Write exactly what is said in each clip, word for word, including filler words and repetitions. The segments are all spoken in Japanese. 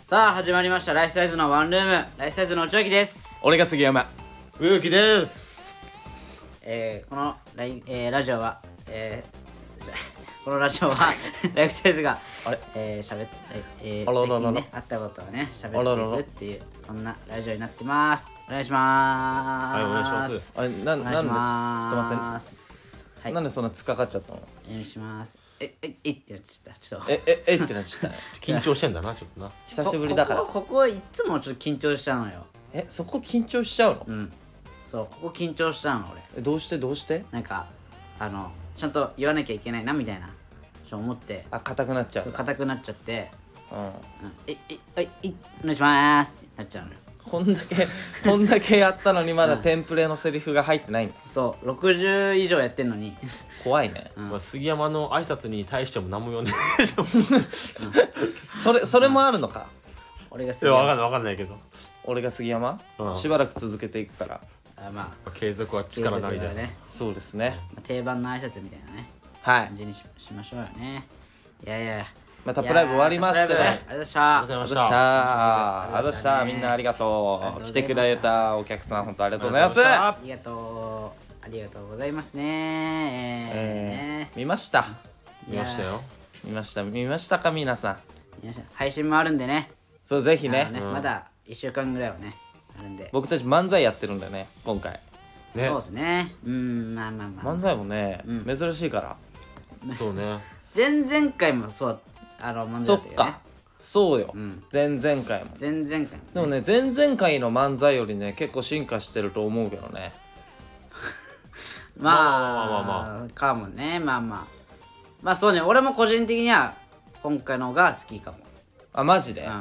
さあ始まりましたライフサイズのワンルーム、ライフサイズの内脇です。 俺が杉山植木です。 えー、このライ、えー、ラジオは、えー、このラジオはライフサイズがあれえー、しゃべって、えー、 あらららら最近ねあったことをねしゃべっていくっていうそんなラジオになってます。お願いしまーす。 はい、お願いします。 あれなお願いしなんでちょっとま待っーす。 て、 はい、 なんでそんな突っかかっちゃったの。 お願いします。えええってなっちゃったちょっとえええってなっちゃったね緊張してんだな、ちょっとな。 久しぶりだからここここいつもちょっと緊張しちゃうのよ。 えそこ緊張しちゃうの、 うんそうここ緊張しちゃうの俺。 えどうしてどうしてなんかあのちゃんと言わなきゃいけないなみたいなそう思ってあ硬くなっちゃう硬くなっちゃってうんうんええはいえお願いしまーすってなっちゃうのよ。 こんだけこんだけやったのにまだテンプレのセリフが入ってないんだ。 そうろくじゅう以上やってんのに怖いね、 うんまあ、杉山の挨拶に対しても何も言わないでしょ。 それそれもあるのか。 俺がすいや、わかんないわかんないけど。 俺が杉山、 うんしばらく続けていくからあまあ継続は力なりだよ継続だよね。 そうですね。 まあ定番の挨拶みたいなねはい感じに し, しましょうよね。いやいやまあタップライブ終わりましてね。 いやータップライブありがとうございましたありがとうございましありがとうございましたた。 ありがとうございましたみんなありがとう。来てくれたお客さん本当ありがとうございます。 ありがとうございまありがとうありがとうございますね。えーねえー、見ました見ましたよ。 見ました見ましたか皆さん。 皆さん配信もあるんでね。 そうぜひねあのねうんまだいっしゅうかんぐらいはねあるんで。 僕たち漫才やってるんだよね今回。 ねそうですね。うんまあまあまあ漫才もね、 うん珍しいから。 そうね。 前々回もそうあの漫才そっだったよね。 かそうよ、 うん前々回も。 前々回も、ね、 でもね前々回の漫才よりね結構進化してると思うけどね。 まあまあまあまあまかもね。まあまあまあそうね。俺も個人的には今回の方が好きかも。 あマジで、 うんあ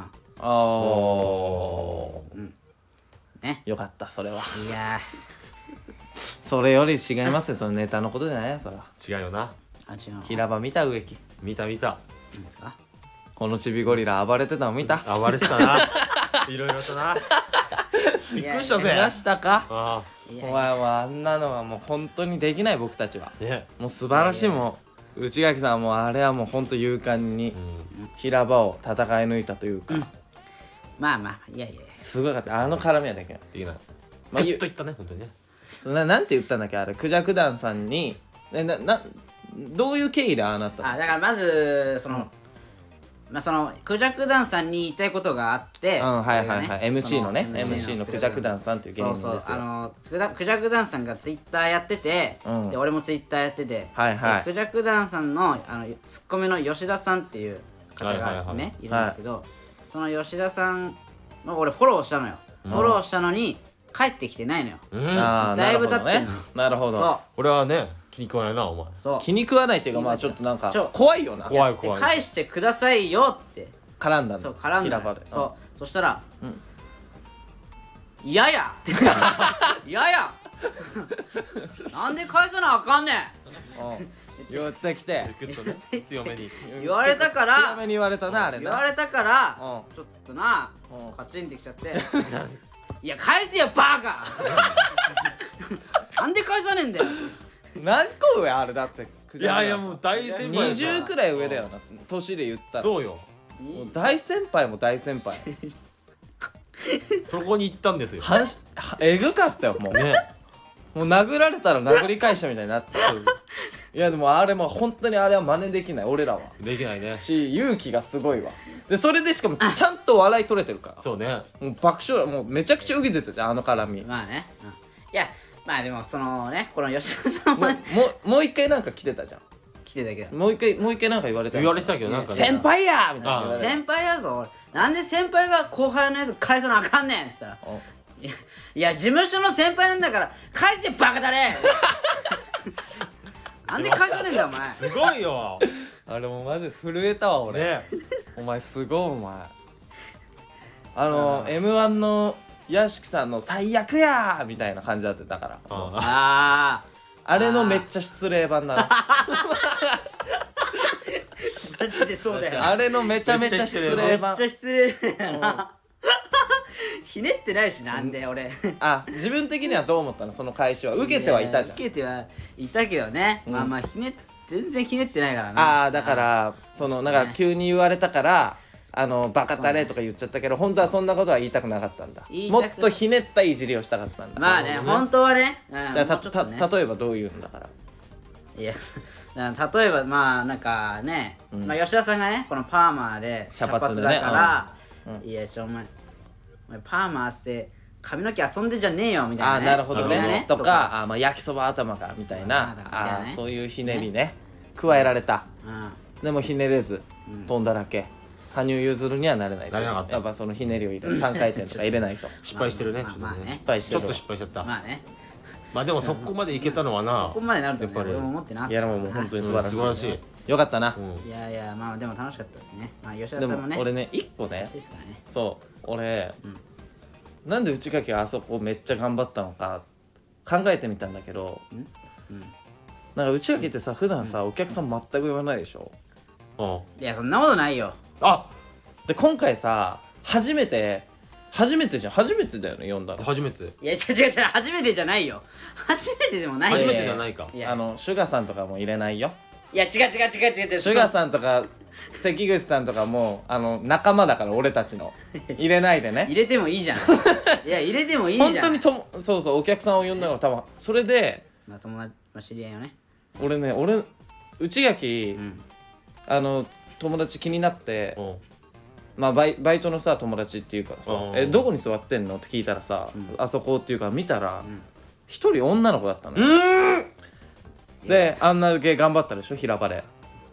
ーね。 よかったそれは。 いやそれより違いますよそのネタのことじゃないよそれは。 違うよな。 ーあ違うの平場見た植木。 見た見た。 何ですか。 このちびゴリラ暴れてたの見た。 暴れてたな。いろいろとな。びっくりしたぜ。 見ましたか。 あいやお前はあんなのはもう本当にできない僕たちは。 あ。ね。 もう素晴らしい。もう内垣さんはもうあれはもう本当勇敢にうん。 平場を戦い抜いたというか、 まあまあいやいやいやすごかった。あの絡みはできない。 できない。 まあグッといったね、本当にね。 そななんて言ったんだっけあれクジャク団さんにえななどういう経緯でああなったの。 あだからまずその、まあそのクジャクダンさんに言いたいことがあって、 うんはいはいはい、 これがねエムシー のねそエムシー のクジャク団さんっていう芸人ですよ。 そうそうあのクジャクジャクダンさんがツイッターやってて、 うんで俺もツイッターやってて、 はいはいでクジャクダンさんのあのツッコミの吉田さんっていう方はいはいがはいねいるんですけど、その吉田さんの俺フォローしたのよ、フォローしたのに帰ってきてないのよ。 うん。 あーだいぶ経ってんのなるほどね。なるほど。 そう俺はね、気に食わないな、お前。 そう気に食わないっていうかまあちょっとなんかちょ怖いよな。 怖い怖い。 で返してくださいよって絡んだの。 そう絡んだの平場で。 そうそしたらうん 「いやや!」って「いやや!」なんで返さなあかんねんうん。うん言ってきて。 グッとね、強めに。 言われたか強らめに言われたなあれな。 言われたからうんちょっとなうんカチンってきちゃって「いや返せよバカ!」なんで返さねえんだよ。 何個上あれだって。 いやいや、もう大先輩だから。 にじゅうくらい上だよな年で言ったら。 そうよ。 もう大先輩も大先輩。 そこに行ったんですよ。 はんしはえぐかったよもう。 ね。 もう殴られたら殴り返したみたいになってる。いやでもあれも本当にあれは真似できない俺らは。 できないね。 し勇気がすごいわ。でそれでしかもちゃんと笑い取れてるから。 そうね。 もう爆笑もうめちゃくちゃ受けてたじゃんあの絡み。もまあねうんいやまあでもそのねこの吉田さんうはねもうもう一回なんか来てたじゃ来てたけどん。もう一回もう一回なんか言われたよ言われてたけど、なんかね。 先輩やーみたいな言われて。 先輩やぞ俺なんで先輩が後輩のやつ返さなあかんねんっつったらおいやいや事務所の先輩なんだから返せバカだねなんで返さねえんだよお前すごいよ。 あれもうマジで震えたわ俺。 ね。 お前すごいお前。あの エムワン の屋敷さんの最悪やーみたいな感じだってだから。 あああれのめっちゃ失礼版だな。 ーマジでそうだよあれのめちゃめちゃ失礼めっ版ちゃ失礼だよなひねってないしなんで俺あ自分的にはどう思ったのその返しは受けてはいたじゃん。 受けてはいたけどね、 うんまあまあひね全然ひねってないからな。 ああだからそのなんか急に言われたからあのバカタレとか言っちゃったけど本当はそんなことは言いたくなかったんだ言いたくもっとひねったいじりをしたかったんだ、 まあねなるほどね本当はね、うん、 じゃあたもうちょっとねた例えばどういうんだからいやだから例えばまあなんかね、 うんまあ、吉田さんがねこのパーマーで茶髪茶髪でねだから、 うんうんいやちょお前お前パーマーして髪の毛遊んでんじゃねえよみたいな、 ああね、 なるほどね的なねとかあまあ焼きそば頭かみたいなあだからみたいなねあそういうひねりね加えられたうんでもひねれずうん飛んだだけ羽生結弦にはなれないなれなかったやっぱそのひねりを入れさんかい転とか入れないと失敗してるねまあちょっとねまあね失敗してるちょっと失敗しちゃったまあねまあでもそこまでいけたのはなここまでなるとねやっぱり俺も思ってなかったいやでももう本当に素晴らしい,、 うん素晴らしいよかったな、 うんいやいやまあでも楽しかったですねまあ吉田でさんもねも俺ね一個ね楽しいですからねそう俺、 うんなんで内垣があそこめっちゃ頑張ったのか考えてみたんだけどうんなんか内垣ってさ普段さ、お客さん全く言わないでしょうんいやそんなことないよあで今回さ初めて初めてじゃん初めてだよね読んだの初めていや違う違う違う初めてじゃないよ初めてでもないよ初めてじゃないかいやあのシュガさんとかも入れないよいや違う違う違う違う違うシュガさんとか関口さんとかもあの仲間だから俺たちの入れないでね入れてもいいじゃんいや入れてもいいじゃん本当にともそうそうお客さんを呼んだのが多分それでまあ友達まあ知り合いよね俺ね俺内垣、 うんあの友達気になってうんまあバイバイトのさ友達っていうからさうん 「えどこに座ってんの?」って聞いたらさ、 うんあそこっていうから見たらん一、人女の子だったのよ、 うんであんなだけ頑張ったでしょ平場で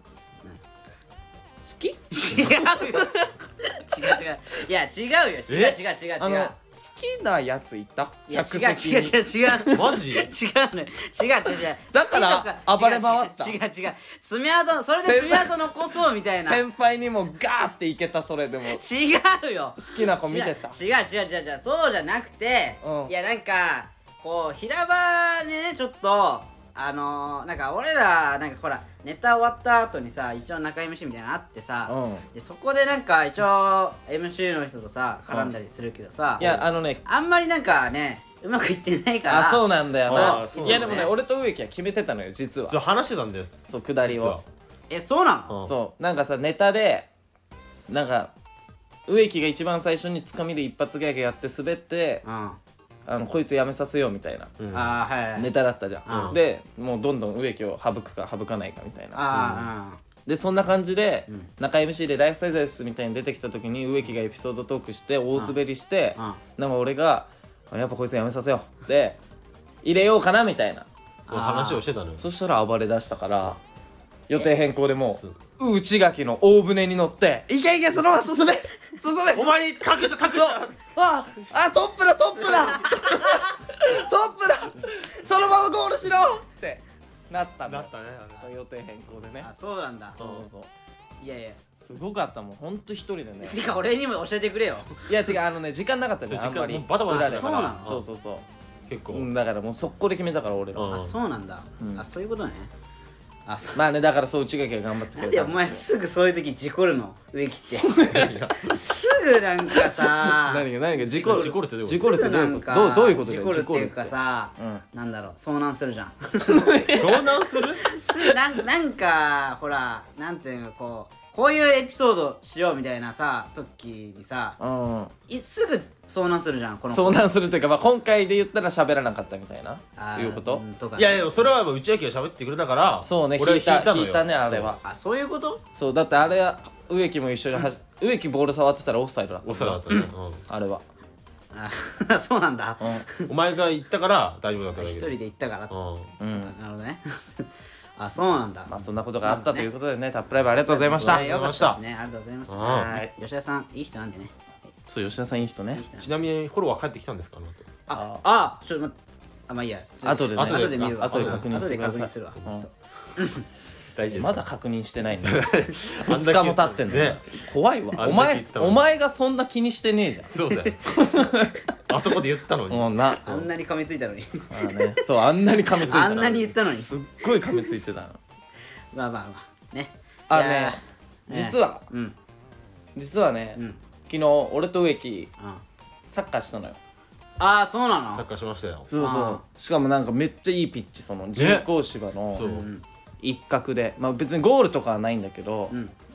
好き違うよ違う違ういや違うよ違う違う違う違うあの好きなやついたいや違客席にう違う違う違うマジ違うね違う違う違うだから好きと暴れ回った違う違う違う違う爪痕それで爪痕残そうみたいな違う先輩にもガーっていけたそれでも好よきな子見てた違う違う違う違うそうじゃなくて、 うんいやなんかこう平場にねちょっとあのー、なんか俺らなんかほらネタ終わった後にさ一応中 エムシー みたいなのあってさ、 うんでそこでなんか一応 エムシー の人とさ絡んだりするけどさ、 いやあのねあんまりなんかねうまくいってないからあそうなんだよなあそういやでもねそうね俺と植木は決めてたのよ実はそう話してたんですそう下り実はをえそうなの、 うんそうなんかさネタでなんか植木が一番最初につかみで一発ギャグやって滑ってうんあのこいつやめさせようみたいなうんあーはいはいネタだったじゃん、 うんでもうどんどん植木を省くか省かないかみたいなあでそんな感じで、 うん中 エムシー でライフサイズですみたいに出てきた時に植木がエピソードトークして大滑りして、 うんうんなんか俺があやっぱこいつやめさせようで入れようかなみたいなそう話をしてたのよそしたら暴れ出したから予定変更でもそうう内垣の大船に乗っていけいけそのまま進め進めお前に隠した隠したああトップだトップだトップだそのままゴールしろってなったんだだったねあれ予定変更でねあそうなんだそうそういやいやすごかったもんほんと一人でねてか俺にも教えてくれよいや違うあのね時間なかったじゃんそう時間あんまりもうバタバタ裏でしてたからあそうそうそう結構うんだからもう速攻で決めたから俺らうんあそうなんだ、 うんあそういうことねあそうまあねだからそう内垣が頑張ってくれたなんでお前すぐそういう時事故るの植木っていやすぐなんかさ何が何が事故る事故るってどういうこと事故るってどういうことどうどういうことだよ事故るっていうか事さ、 うんなんだろう遭難するじゃん遭難するすぐなんなんかほらなんていうのこうこういうエピソードしようみたいなさ時にさうんいすぐ遭難するじゃんこの子遭難するっていうか、まあ、今回で言ったら喋らなかったみたいなあーいうことうんとかいやいやそれはもう内垣が喋ってくれたからそうね俺は引いたのよ引いたねあれはあそういうことそうだってあれは植木も一緒にはじ植木ボール触ってたらオフサイドだったお世話だったね、 あれはあそうなんだうん、お前が言ったから大丈夫だっただけで一人で行ったからうんうん、うん、 なるほどねあそうなんだまあそんなことがあったということでねタップライブありがとうございましたはいよかったですねありがとうございますうんはい吉田さんいい人なんでねそう吉田さんいい人ねいい人なんでちなみにフォローは返ってきたんですかああちょっと待ってあまあいいやちょっと後でね後で見るわ後で確認してください後で確認するわうん大事ですかまだ確認してないんだあ 2 んだけ日も経ってんだよ、 ね怖いわあんだけお前言ったのにお前がそんな気にしてねえじゃんそうだよあそこで言ったのに、 もうなあんなに噛みついたのにあねそうあんなに噛みついてたあんなに言ったのにすっごい噛みついてたのまあまあまあねあいやねー実はうんうん実はね、 うん昨日俺と植木サッカーしたのよああそうなのサッカーしましたよそうそあうしかもなんかめっちゃいいピッチその人工芝のそう、 うん一角でまあ別にゴールとかはないんだけど、 うん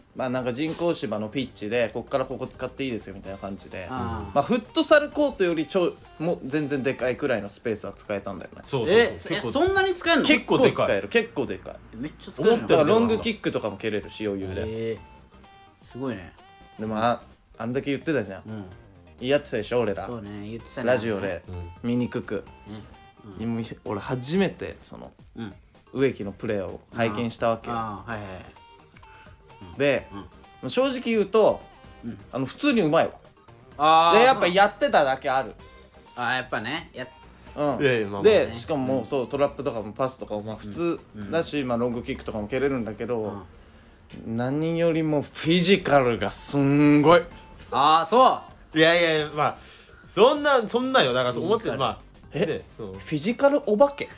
まあなんか人工芝のピッチでこっからここ使っていいですよみたいな感じで、 あまあ、フットサルコートよりちょもう全然でかいくらいのスペースは使えたんだよね。 そうそうえそう結構えそんなに使えるの？ 結構構でかい使える結構でかい。 めっちゃ使える思ってるだからロングキックとかも蹴れるし余裕で、 えー、すごいね。 でも あ, あんだけ言ってたじゃん、 うんやってたでしょ俺ら、 そうね言ってたねラジオでうん見にくく、 ね今俺初めてそのうんうん植木のプレーを拝見したわけよ。 ああはいはいで、正直言うと、 うんあの普通にうまいわ。 ああでやっぱやってただけある。 ああやっぱねやうんいやいやまあまあでしかももうそうトラップとかもパスとかもまあ普通だし、まあ、ロングキックとかも蹴れるんだけど、何よりもフィジカルがすんごい。 ああそういやいやいやまあそんなそんなよだから思ってるまあえでそうフィジカルお化け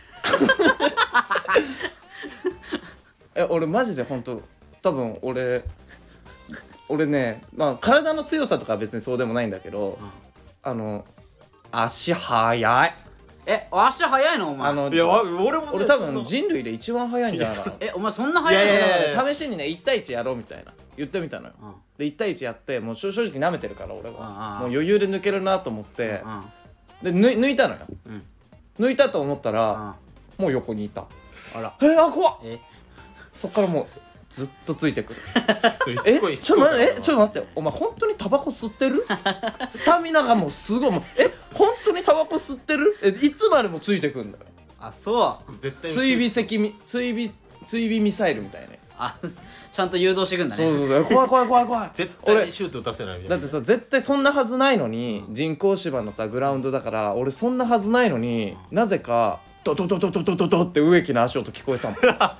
え俺マジで本当多分俺俺ね、まあ、体の強さとかは別にそうでもないんだけど、あの足速い。 え足早いのお前あのいやわ俺もね俺多分そんな人類で一番速いんじゃないかな。 えお前そんな早いのいやいやいやだからね試しにねいち対いちやろうみたいな言ってみたのよ、 うんでいち対いちやってもう正直舐めてるから俺は、 うんうんもう余裕で抜けるなと思ってう、んで抜抜いたのよ、 うん抜いたと思ったら、 あもう横にいた。 あらえあ怖っ。 えそっからもうずっとついてくる。 そうしえつこいちょっと待ってえちょっとと待ってお前本当にタバコ吸ってるスタミナがもうすごいもうえ本当にタバコ吸ってるえいつまでもついてくんだよ。 あそう絶対追尾石み追尾追尾ミサイルみたいね。 あちゃんと誘導してくんだねそうそうそう怖い怖い怖い怖い。 絶対にシュート打たせないみたいなだってさ絶対そんなはずないのに、人工芝のさグラウンドだから俺そんなはずないのに、なぜかドドドドドドドドって植木の足音聞こえたもん。 あ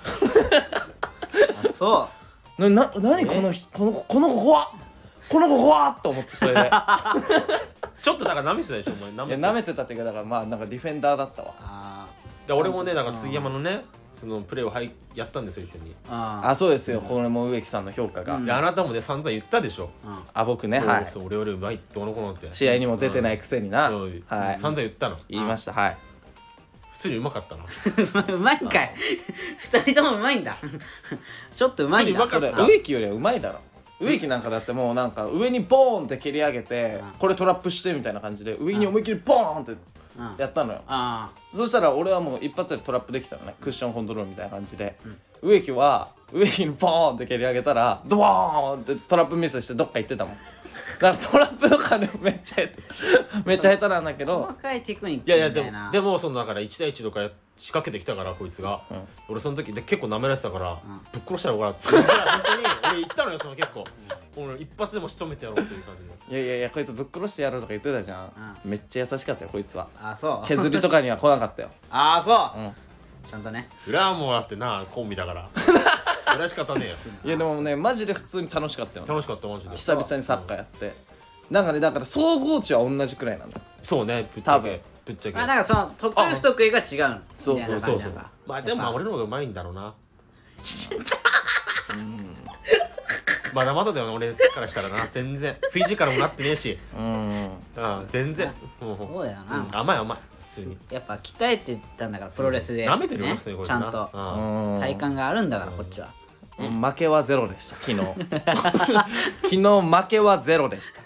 そなな何この人この子この子怖っこの子怖っと思ってそれでいやちょっとだから舐めてたでしょお前舐めて舐めてたっていうかだからまあなんかディフェンダーだったわ。 うあで俺もねだから杉山のねそのプレーをはいやったんですよ一緒にーああそうですよ、これも植木さんの評価が、 うんいやあなたもね散々言ったでしょうんあ僕ねはいそう俺よりうまいどうのこうのって試合にも出てないくせにな、 そうはい散々言ったの言いましたはい。 普通にうまかったなうまいんかい二人ともうまいんだちょっとうまいんだ普通にうまかったそれ植木よりはうまいだろ。植木なんかだってもうなんか上にボーンって蹴り上げて、 うんこれトラップしてみたいな感じで上に思いっきりボーンってうんやったのよ。 あそしたら俺はもう一発でトラップできたのね、クッションコントロールみたいな感じで、植木は植木にボーンって蹴り上げたらドワーンってトラップミスしてどっか行ってたもん。だからトラップとかでもめっちゃ下手めっちゃ下手なんだけあど細かいテクニックいやいやでみたいなもでもそのだからいち対いちとか仕掛けてきたからこいつが、 うん俺その時で結構舐められてたから、 んぶっ殺したらこれ本当に俺言ったのよその結構、俺一発でも仕留めてやろうっていう感じでいやいやいやこいつぶっ殺してやろうとか言ってたじゃん、めっちゃ優しかったよこいつは。 あそう削りとかには来なかったよ。 あそううんちゃんとね裏はもうだってなコンビだからそれは仕方ねえよいやでもねマジで普通に楽しかったよ、ね、 楽しかったマジで久々にサッカーやってなんかねだから総合値は同じくらいなんだよ。 そうねぶっちゃ多分けぶっちゃけあだからその得意不得意が違うのそうみたいなそうそうそう感じなんだまあでもまあ俺の方がうまいんだろうなまだまだだよね俺からしたらな全然フィジカルもなってねえしうんうん全然もうそうだよな、 うん甘い甘い普通にやっぱ鍛えてたんだからプロレスで、 舐めてるよね普通にこいつちゃんとうんうん体感があるんだからこっちは負けはゼロでした昨日昨日負けはゼロでした、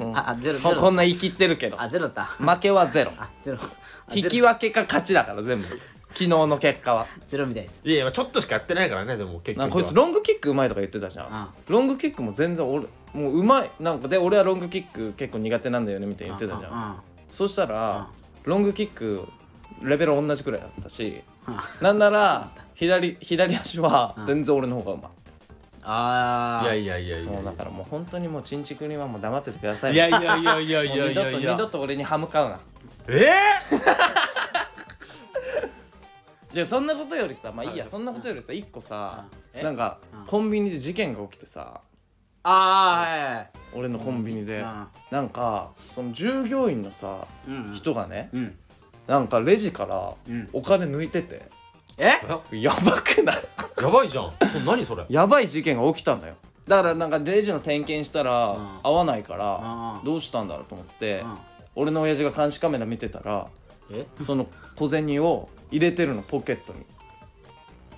うんああゼロゼロここんな言い切ってるけどあゼロだ負けはゼロあゼロあ引きゼロ分けか勝ちだから全部昨日の結果は。 ゼロみたいですいやいやちょっとしかやってないからねでも結なん局はかこいつロングキックうまいとか言ってたじゃん、 うんロングキックも全然俺もううまいなんかで俺はロングキック結構苦手なんだよねみたいに言ってたじゃん、 うんうんそしたら、ロングキックレベル同じくらいだったし、 うんなんなら左左足は全然俺の方がうまああいやいやいやいい、 やもうだからもう本当にもうチンチクにはもう黙っててください。 いやいやいやいやいやいもう二度と二やいや度と俺に歯向かうな。 えじゃあそんなことよりさまあいいや、 はいそんなことよりさ一個さ、 うんえなんか、 うんコンビニで事件が起きてさああはいはい俺のコンビニで、 うんなんかその従業員のさ、 うんうん人がねうんなんかレジからうんお金抜いてて、 えやばくない？ やばいじゃんそ何それやばい事件が起きたんだよ。だからなんかレジの点検したらうん合わないからうんどうしたんだろうと思ってうん俺の親父が監視カメラ見てたらえその小銭を入れてるのポケットに。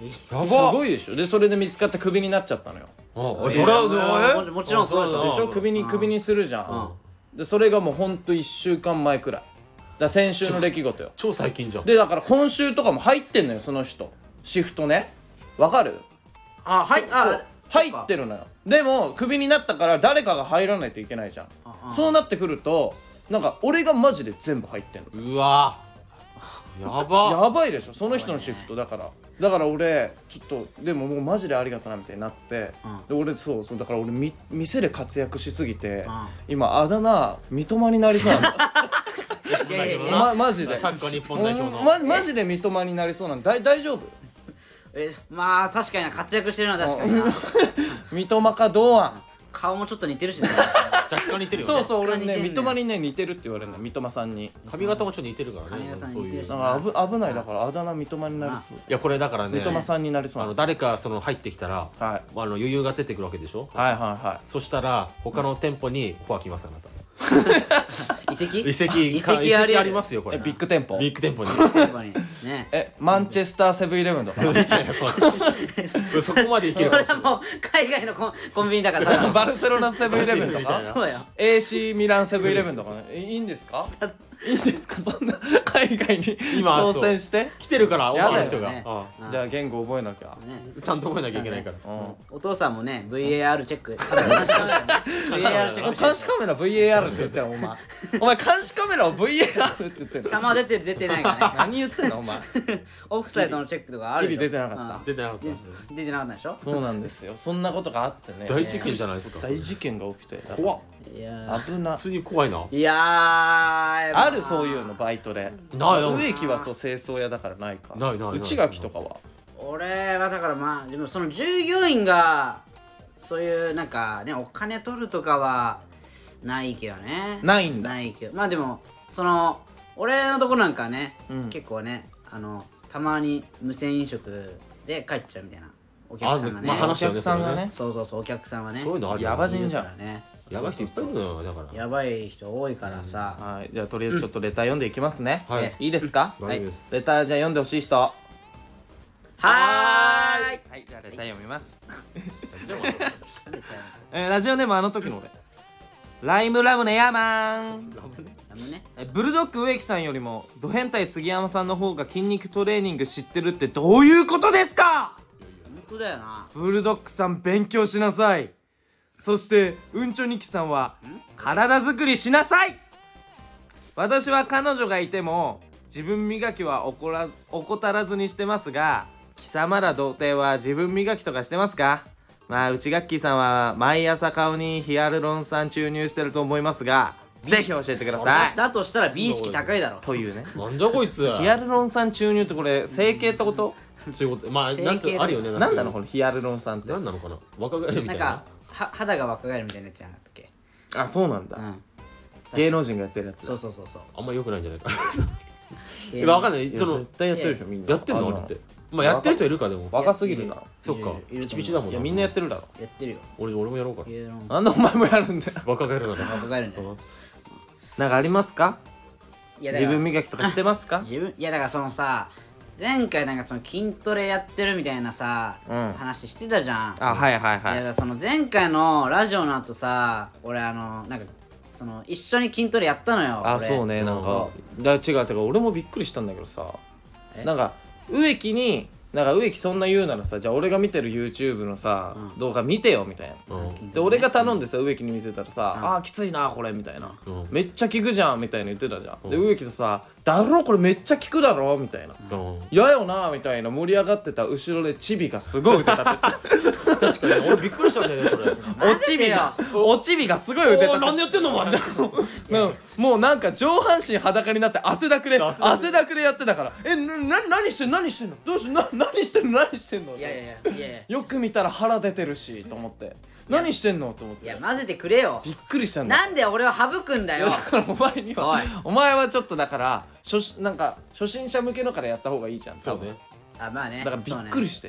やすごいでしょ。でそれで見つかってクビになっちゃったのよ。 あそれはももちろんそうでしょ。 でしょ、クビにクビにするじゃん。でそれがもうほんといっしゅうかんまえくらいだから、先週の出来事よ。 超最近じゃん。 でだから今週とかも入ってんのよ、その人シフトね。わかる？ あはいあ入ってるのよ。でもクビになったから誰かが入らないといけないじゃん。そうなってくるとなんか俺がマジで全部入ってんの。 うわやばやばいでしょ、その人のシフトだから。だから俺ちょっとでももうマジでありがとなみたいになって、で俺そうそうだから俺み店で活躍しすぎて、今あだ名三笘になりそうなんだ。 いやいやいやまマジでサッカー日本代表のまマジで三笘になりそうなんだ。大丈夫？ えまあ確かにな、活躍してるのは確かにな。 三笘か堂安。 顔もちょっと似てるしね。 若干似てるよね。 そうそう、俺ね若干似てんね三笘にね似てるって言われるの、三笘さんに。 髪型もちょっと似てるからね。 髪型さんそういう。 似てるしいなんか危危ないだからあだ名三笘になりそう。 やこれだからね。 三笘さんになりそうあのなんです。 誰かその入ってきたら、 はいあの余裕が出てくるわけでしょ。 はいはいはい。 そしたら他の店舗にオファー来ますあなた。 遺跡移籍遺跡ありありますよこれ。 えビッグ店舗？ ビッグ店舗に。 やっぱりね。 えマンチェスターセブンイレブンとか？ いやいやそうそこまでいけるそれかもしれない。 はもう海外のコンコンビニだからバルセロナセブンイレブンとか？ そうよ。 エーシー ミランセブンイレブンとかね。いいんですか？いいんですか？そんな海外に今挑戦して来てるからオファーの人が。 やだよねあじゃあ言語覚えなきゃ。 ねあちゃんと覚えなきゃいけないから。 うんお父さんもね ブイエーアール チェック監視カメラね ブイエーアール チェックして監視カメラ ブイエーアール って言ってんのお前。お前監視カメラを ブイエーアール って言ってんの。 球出てる出てないからね。 何言ってんのお前。 オフサイドのチェックとかあるでしょ。 ギリ出てなかったうん出てなかっで出てなかったでしょ。 そうなんですよ。そんなことがあってね。 大事件じゃないですか。 大事件が起きて。 た。怖っ。 いや危な普。通に怖いな。 ーいやーあるそういうのバイトで。 ないよ植木はそう清掃屋だからないか。 ないないない内垣とかは。 俺はだからまあでもその従業員がそういうなんかねお金取るとかはないけどね。 ないんだ。 ないけどまあでもその俺のところなんかね、 うん結構ねあのたまに無銭飲食で帰っちゃうみたいなお客さんがね、 おあまあ話したよ客さんがね。 そうそうそうお客さんはねそういうのあるよね。 ヤバ人じゃんいるからねやばい人いっぱいいるのよだから。 やばい人多いからさ、 はい、じゃあとりあえずちょっとレター読んでいきますね。 はいいいですか？ 大丈夫です。 レターじゃあ読んでほしい人。ははーいはい、じゃあレター読みます。 でもえーラジオネームあの時の俺。ライムラムネヤーマン。 あのねえブルドッグ植木さんよりもド変態杉山さんの方が筋肉トレーニング知ってるってどういうことですか？ 本当だよな。 ブルドッグさん勉強しなさい。そしてうんちょにきさんは体作りしなさい。私は彼女がいても自分磨きは怒ら怠らずにしてますが、貴様ら童貞は自分磨きとかしてますか？まあ内ガッキーさんは毎朝顔にヒアルロン酸注入してると思いますが、ぜひ教えてください。 だとしたら美意識高いだろ。 というね。 なんじゃこいつ。 ヒアルロン酸注入ってこれ整形ってこと？ そういうこと。まあなん整形てあるよね。 なんなのこのヒアルロン酸って。 なんなのかな。若返るみたなないんか。は肌が若返るみたいなやつじゃなかったっけ。 あ、そうなんだ。 うん芸能人がやってるやつだ。 そうそうそうそうあんま良くないんじゃないかな。 いいやわかんない。 いやその絶対やってるでしょみんな。 やってんのあれって。まあやってる人いるかでも。 若すぎるな。 そっか。 いるピチピチだもんいやみんなやってるだろ。 やってるよ。 俺俺もやろうか。 いやなんでお前もやるんだよ。 若返るなら。 若返るんだよ。 なんかありますか？ いやだから自分磨きとかしてますか？ 自分いやだからそのさ前回なんかその筋トレやってるみたいなさ、 うん話してたじゃん。 あ、はいはいはいい。 やだからその前回のラジオの後さ俺あのなんかその一緒に筋トレやったのよ。 あ、 俺そうね、なんかそ。 だ違うてか俺もびっくりしたんだけどさ。 えなんか植木になんか植木そんな言うならさ、じゃあ俺が見てる YouTube のさ、 うん動画見てよみたいな。 うん。 で俺が頼んでさ植木に見せたらさ、 うんあーきついなこれみたいな、 うんめっちゃ効くじゃんみたいな言ってたじゃん、でうん植木とさだろこれめっちゃ効くだろみたいな、 うん。 嫌よなみたいな盛り上がってた後ろでチビがすごい腕立てして確かに俺びっくりしたんだよねそれ。 おちびがおちびがすごい腕立ておーなんでやってんのお前。 うんもうなんか上半身裸になって汗だくれ汗だくれ汗だくれやってたからえなな何してんの何してんのどうしな何してんの何してんのいやいやいやいやいやよく見たら腹出てるしと思って何してんのと思っていや混ぜてくれよ。 びっくりしたんだよなんで俺は省くんだよ。 だからお前におはいお前はちょっとだから初なんか初心者向けのからやった方がいいじゃん多分そうね。 あまあね。 だからびっくりして、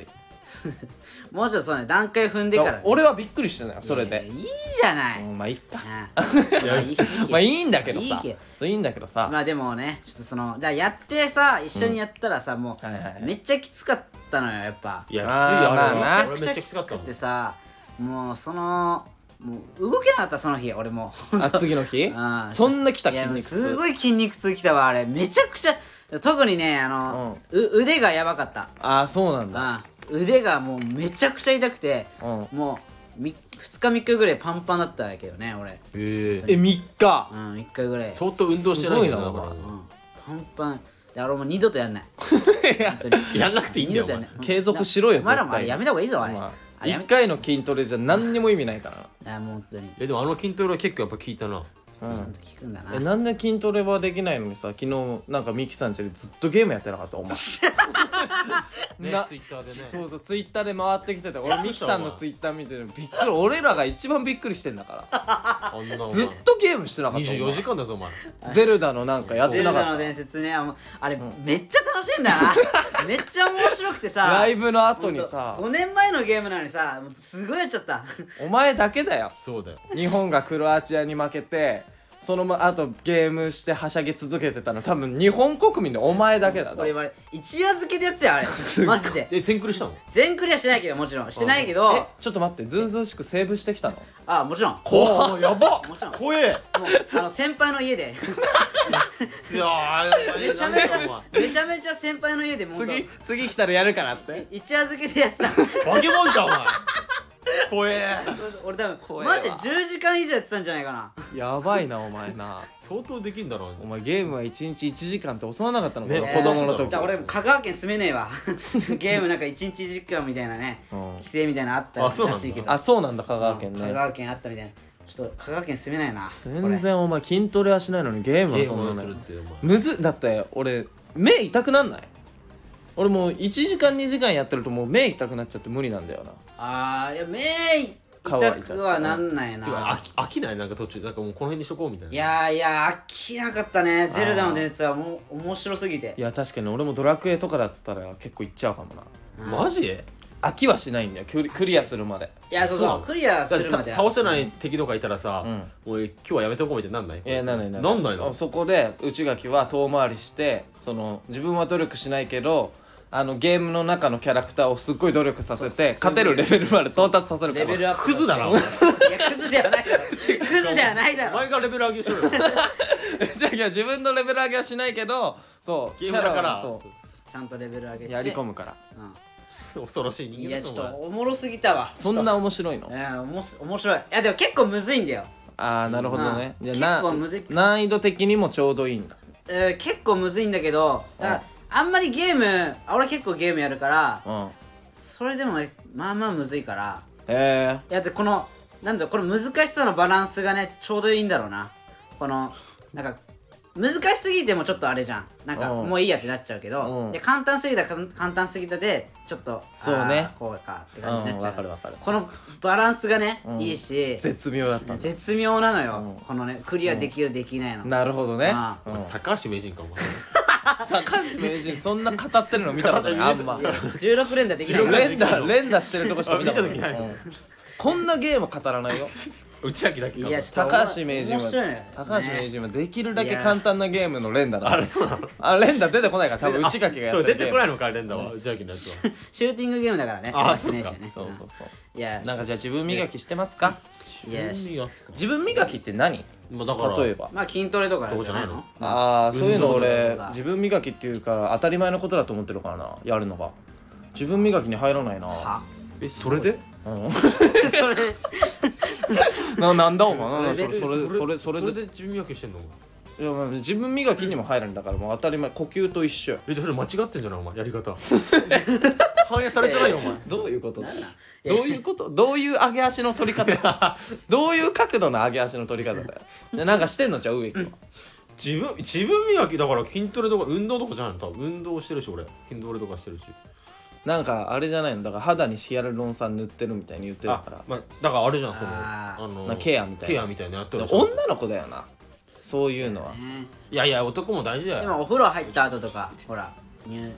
もうちょっとそうね段階踏んでから、ね、 俺はびっくりしてないよそれで。 いやいやいいじゃない、 うんまあいいか。 うんまあいいいいけどまあいいんだけどさいいけどそういいんだけどさ、 まあでもねちょっとそのじゃあやってさ一緒にやったらさ、もう、 はいはいはいめっちゃきつかったのよやっぱいやきついよあーあれまあな俺めっちゃきつかったもんくてさもうそのもう動けなかったその日俺もあ次の日うんそんな来たいや筋肉痛。 すごい筋肉痛きたわあれめちゃくちゃ特にねあの、う腕がやばかったああそうなんだ。 あ腕がもうめちゃくちゃ痛くて、 うんもうみふつかみっかぐらいパンパンだったんやけどね俺ええみっかうんいっかいぐらい相当運動してないけどすごいなだからうんパンパンで俺もう二度とやんないいや本当にやんなくていいんだよ二度とやんない継続しろよお前らもあれ絶対やめた方がいいぞあれ、 まあ、 あれやめいっかいの筋トレじゃ何にも意味ないからあもう本当にえでもあの筋トレは結構やっぱ効いたなな、うんちゃんと聞くんだなえなんで筋トレはできないのにさ昨日なんかミキさん家でずっとゲームやってなかったお前ねなツイッターでねそうそうツイッターで回ってきてて俺ミキさんのツイッター見てるのびっくり俺らが一番びっくりしてんだかあんならずっとゲームしてなかったにじゅうよじかんだぞお前お前ゼルダのなんかやってゼルダのなかっ伝説ねあもうあれ、めっちゃ楽しいんだよなめっちゃ面白くてたさライブの後にさごねんまえのゲームなのにさもうすごいやっちゃったお前だけだよそうだよ日本がクロアチアに負けてそのまあとゲームしてはしゃぎ続けてたの多分日本国民でお前だけだ俺あれ一夜漬けでやってたよあれマジでえ全クリしたの全クリアしてないけどもちろんしてないけどえちょっと待ってずうずうしくセーブしてきたのあもちろんもおおやばちろんもう怖えあの先輩の家でいやーめちゃめちゃめちゃめちゃ先輩の家でもう次次来たらやるからって一夜漬けでやってたバケモンじゃんお前怖え俺多怖えわ分マジでじゅうじかん以上やってたんじゃないかなやばいなお前な相当できんだろお前ゲームはいちにちいちじかんって教わらなかったのかねな子供の時じゃあ俺香川県住めねえわゲームなんかいちにちいちじかんみたいなねうん規制みたいなのあったあそうなんだらしいけどあそうなんだ香川県ね香川県あったみたいなちょっと香川県住めないなこれ全然お前筋トレはしないのにゲームゲームをはそんなのするってお前むずだって俺目痛くなんない俺もういちじかんにじかんやってるともう目痛くなっちゃって無理なんだよなあーいや目可愛い痛くはなんないてかな飽き飽きないなんか途中なんかもうこの辺にしとこうみたいないやいや飽きなかったねゼルダの伝説はもう面白すぎていや確かに俺もドラクエとかだったら結構いっちゃうかもなマジ飽きはしないんだよクリクリアするまでいやそうそうなのそうクリアするまでだから倒せない敵とかいたらさ、 うんもう今日はやめとこうみたいになんないいやなんないなんないのそそこで内垣は遠回りしてその自分は努力しないけどあのゲームの中のキャラクターをすっごい努力させて勝てるレベルまで到達させるからレベルアップクズだなおい前やクズではないだろクズではないだろお前がレベル上げしろよじゃあいや自分のレベル上げはしないけどそうゲームだからキャラをそちゃんとレベル上げしてうやり込むから恐ろしい人いやちょっと間だぞお前おもろすぎたわそんな面白いのいやおもし面白いいやでも結構むずいんだよああなるほどねうんじゃあ結構むずいな難易度的にもちょうどいいんだえー結構むずいんだけどだからあんまりゲームあ俺結構ゲームやるからうんそれでもまあまあむずいからへえいやでこのなんだろうこの難しさのバランスがねちょうどいいんだろうなこのなんか難しすぎてもちょっとあれじゃんなんかうんもういいやってなっちゃうけど、 うんで簡単すぎたらかん簡単すぎたでちょっとそうねあーこうかって感じになっちゃう、 うんわかるわかるこのバランスがね、 うんいいし絶妙だったんだ絶妙なのよ、 うんこのねクリアできる、できないのなるほどねあうん高橋名人かお前坂橋名人そんな語ってるの見たことないあんまじゅうろく連打できないから連打連打してるとこしか見たことないあ見た時ないうんこんなゲーム語らないよ内明だけかいやちょっと高橋名人面白いねは高橋名人はできるだけいや簡単なゲームの連打だあれそうなのあ連打出てこないから多分内垣がやってるそう出てこないののか連打は内明のやつはシューティングゲームだからねあー高橋名人はねそうそうそういやなんかじゃあ自分磨きしてますかいや自分磨きか自分磨きって何まあだから例えばまあ筋トレとかそうじゃないのああそういうの運動俺とか自分磨きっていうか当たり前のことだと思ってるからなやるのが自分磨きに入らないなはえそれでうんそれななんだお前なんだそれでそれそれそれそれでそれで自分磨きしてんのいやまあ自分磨きにも入るんだからもう当たり前呼吸と一緒よえじゃあそれ間違ってんじゃないお前やり方反映されてないよお前どういうことどういうことどういう上げ足の取り方どういう角度の上げ足の取り方だよでなんかしてんのじゃあ植木は自分自分磨きだから筋トレとか運動とかじゃないの多分運動してるし俺筋トレとかしてるしなんかあれじゃないのだから肌にヒアルロン酸塗ってるみたいに言ってるあからまあだからあれじゃんそのあーあのなケアみたいなケアみたいなやってる女の子だよなそういうのはねいやいや男も大事だよでもお風呂入った後とかほら入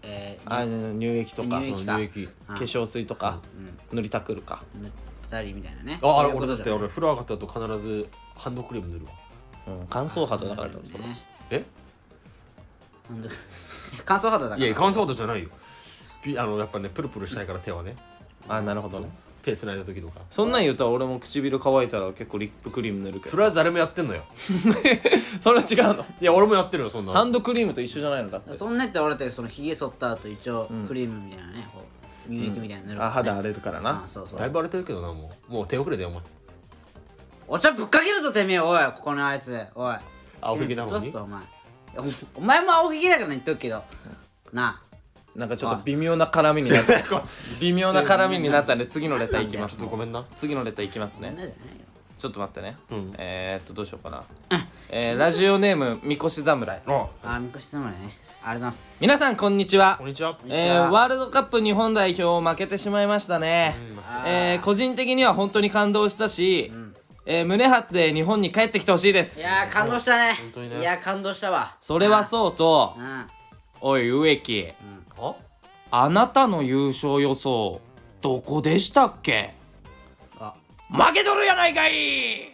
えー、 あ乳液とか乳液か乳液化粧水とか塗りたくるか塗ったりみたいなね。 ああれそういうことじゃない俺だって俺風呂上がった後必ずハンドクリーム塗るわ。 うん乾燥肌だから多分それねえほんと乾燥肌だから。 いや乾燥肌じゃないよ。ピあのやっぱねプルプルしたいから手はねあなるほどね手繋いだ時とか。 そんなん言うと俺も唇乾いたら結構リップクリーム塗るけどそれは誰もやってんのよ。 それは違うのいや俺もやってるよそんなの。 ハンドクリームと一緒じゃないのだってそんなって俺ってそのひげ剃った後一応クリームみたいなね、こう乳液みたいなの塗るからね、 あ肌荒れるからなあそうそうだいぶ荒れてるけどなもうもう手遅れだよお前。 お茶ぶっかけるぞてめえおいここのあいつおい青ひげなのにどうすお前おお前も青ひげだから言っとくけどななんかちょっと微妙な絡みになった微妙な絡みになったんで次のレターいきますちょっとごめんな。 次のレターいきますあそんねなじゃないよ。 ちょっと待ってね、 うんえー、っとどうしようかなえー、ラジオネームみこし侍ああみこしさまでねありがとうございます。 皆さんこんにちはこんにちは。 えー、ワールドカップ日本代表負けてしまいましたね、 あーえー、個人的には本当に感動したし、えー、胸張って日本に帰ってきてほしいですいやー感動したね本当にねいや感動したわそれはそうとうんおい植木ああなたの優勝予想どこでしたっけあ負けとるやないかい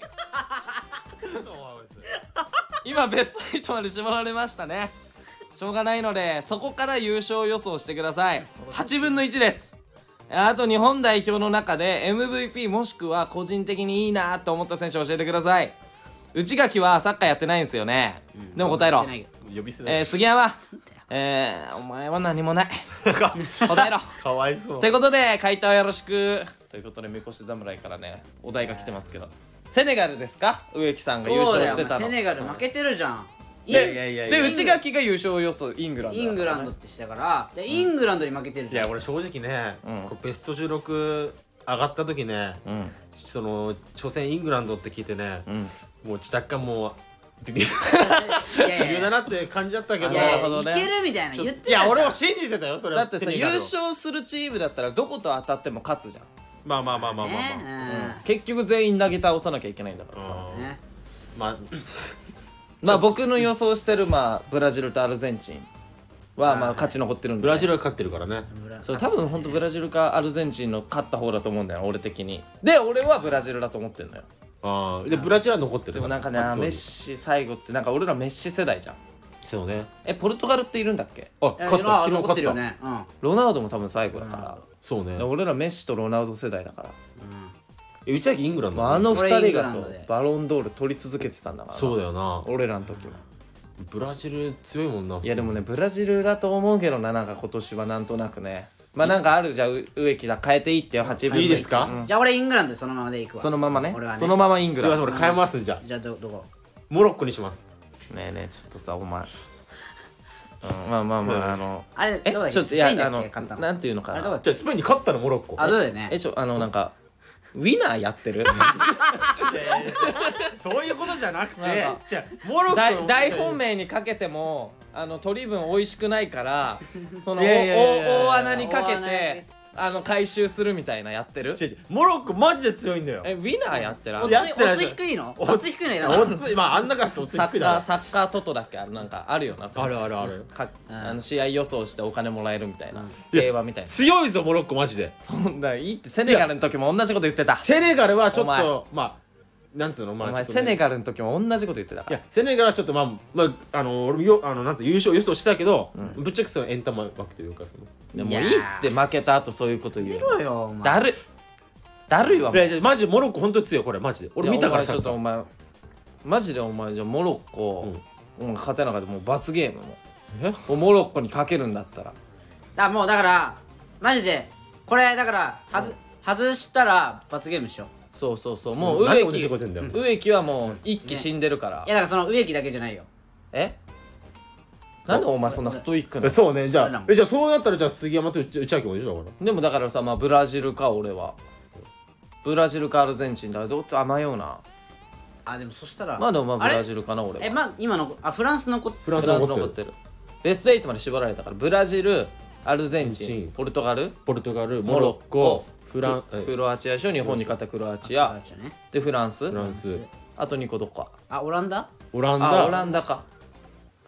今ベストはちまで絞られましたねしょうがないのでそこから優勝予想してくださいはちぶんのいちですあと日本代表の中で エムブイピー もしくは個人的にいいなと思った選手を教えてください内垣はサッカーやってないんですよね、でも答えろやってないよ呼び捨てえー、杉山えー、お前は何もない答えろかわいそうということで回答よろしくということでみこし侍からねお題が来てますけどセネガルですか植木さんが優勝してたのそうだよセネガル負けてるじゃんインいやいやいやいやで内垣が優勝予想イングランドイングランドってしたからでイングランドに負けてるいじゃんや俺正直ね、 うんこうベストじゅうろく上がった時ね、 うんその初戦イングランドって聞いてね、 うんもう若干もう微妙いやいや微妙だなって感じだったけどいやいやなるほどねいけるみたいなちょ言ってたじゃんいや俺も信じてたよそれはだってさ優セネガルを勝するチームだったらどこと当たっても勝つじゃん、 まあまあまあまあまあまあ、 ね結局全員投げ倒さなきゃいけないんだからさ、 うんうんねまあまあ僕の予想してるまあブラジルとアルゼンチンはまあ勝ち残ってるんで、 ブラジルが勝ってるからねそう多分本当ブラジルかアルゼンチンの勝った方だと思うんだよ俺的にで俺はブラジルだと思ってんだよああでブラジルは残ってるでもなんかねメッシ最後ってなんか俺らメッシ世代じゃんそうねえポルトガルっているんだっけあいや勝ったあ昨日勝ってた残っるよねうんロナウドも多分最後だからそうねで俺らメッシとロナウド世代だから、 え内垣イングランドまあ、あの二俺イン人がそうグランドでバロンドール取り続けてたんだからなそうだよな俺らの時はブラジル強いもんないやでもねブラジルだと思うけどななんか今年はなんとなくねまあなんかあるじゃんう植木だ変えていいってよはちぶんのいいですかうんじゃあ俺イングランドでそのままでいくわそのままね俺はねそのままイングすいランドません俺変えますじゃあじゃあどどこモロッコにしますねえねえちょっとさお前、うん、まあまあまああのあれえどうだっけちょっといスペインだっやあのけ勝ったのなんていうのかなあれどうだっじゃあスペインに勝ったのモロッコあどうだよねえちょあのなんかウィナーやってるそういうことじゃなくてなんかじゃあモロッコ大大本命にかけてもあの取り分美味しくないからそのいやいやいやいやお大穴にかけ大穴てあの回収するみたいなやってる違う違うモロッコマジで強いんだよえウィナーやってるあおつのやってないおつ低いのおおつ低いのいらないおっついまああんなかったおつサッカー低いだろサッカートトだっけあるなんかあるよなそのあるあるあるかうんあの試合予想してお金もらえるみたいなうん競馬みたいな強いぞモロッコマジでそんないいってセネガルの時も同じこと言ってたセネガルはちょっお前とまあなんつうのまあお前ちょっとねセネガルの時も同じこと言ってたからいやセネガルはちょっとまあまああの俺もよあのなんつう優勝予想したけど、ぶっちゃけそのエンタマ枠というかそのでもいやーいいって負けた後そういうこと言う見ろよお前だるいだるいわいやいやマジでモロッコ本当に強いこれマジで俺見たからいやお前ちょっとお前マジでお前じゃあモロッコ、うん、勝てなかったらもう罰ゲームもえもうモロッコにかけるんだったらだもうだからマジでこれだからはず外したら罰ゲームしようそうそうそうもう植何で同じ木こと言ってんだよ植木はもう一気死んでるから、 いやだからその植木だけじゃないよえなんでお前そんなストイックなのそうねじゃ俺らもあえじゃあそうなったらじゃあ杉山と内内垣もでしょだからでもだからさまあブラジルか俺はブラジルかアルゼンチンだからどっちあ迷うなあでもそしたらまあでもまあブあれラジルかな俺はえまあ今のあフランス残っフランスフランス残っる残っててるベストはちまで絞られたからブラジルアルゼンチアルゼンチンンポルトガルポルトガルモロッコフランえクロアチアでしょ日本に勝ったクロアチアあちょねでフランスフランスあとにこどこかあオランダオランあオラダンダか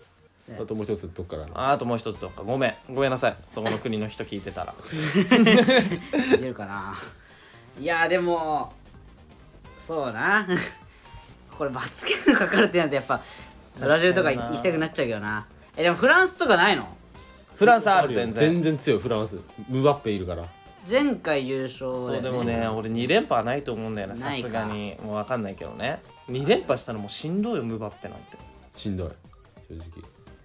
あともう一つどっからああともう一つとかごめんごめんなさいそこの国の人聞いてたらいけるかないやでもそうなこれ罰ゲームかかるってなんてやっぱブラジルとか行きたくなっちゃうけどな。えでもフランスとかないの？ フランスあるよ全然全然強いフランスムバッペいるから前回優勝だよね。 そうでもね俺に連覇はないと思うんだよねさないかすがにもう分かんないけどねに連覇したらもうしんどいよムバッペなんてしんどい正直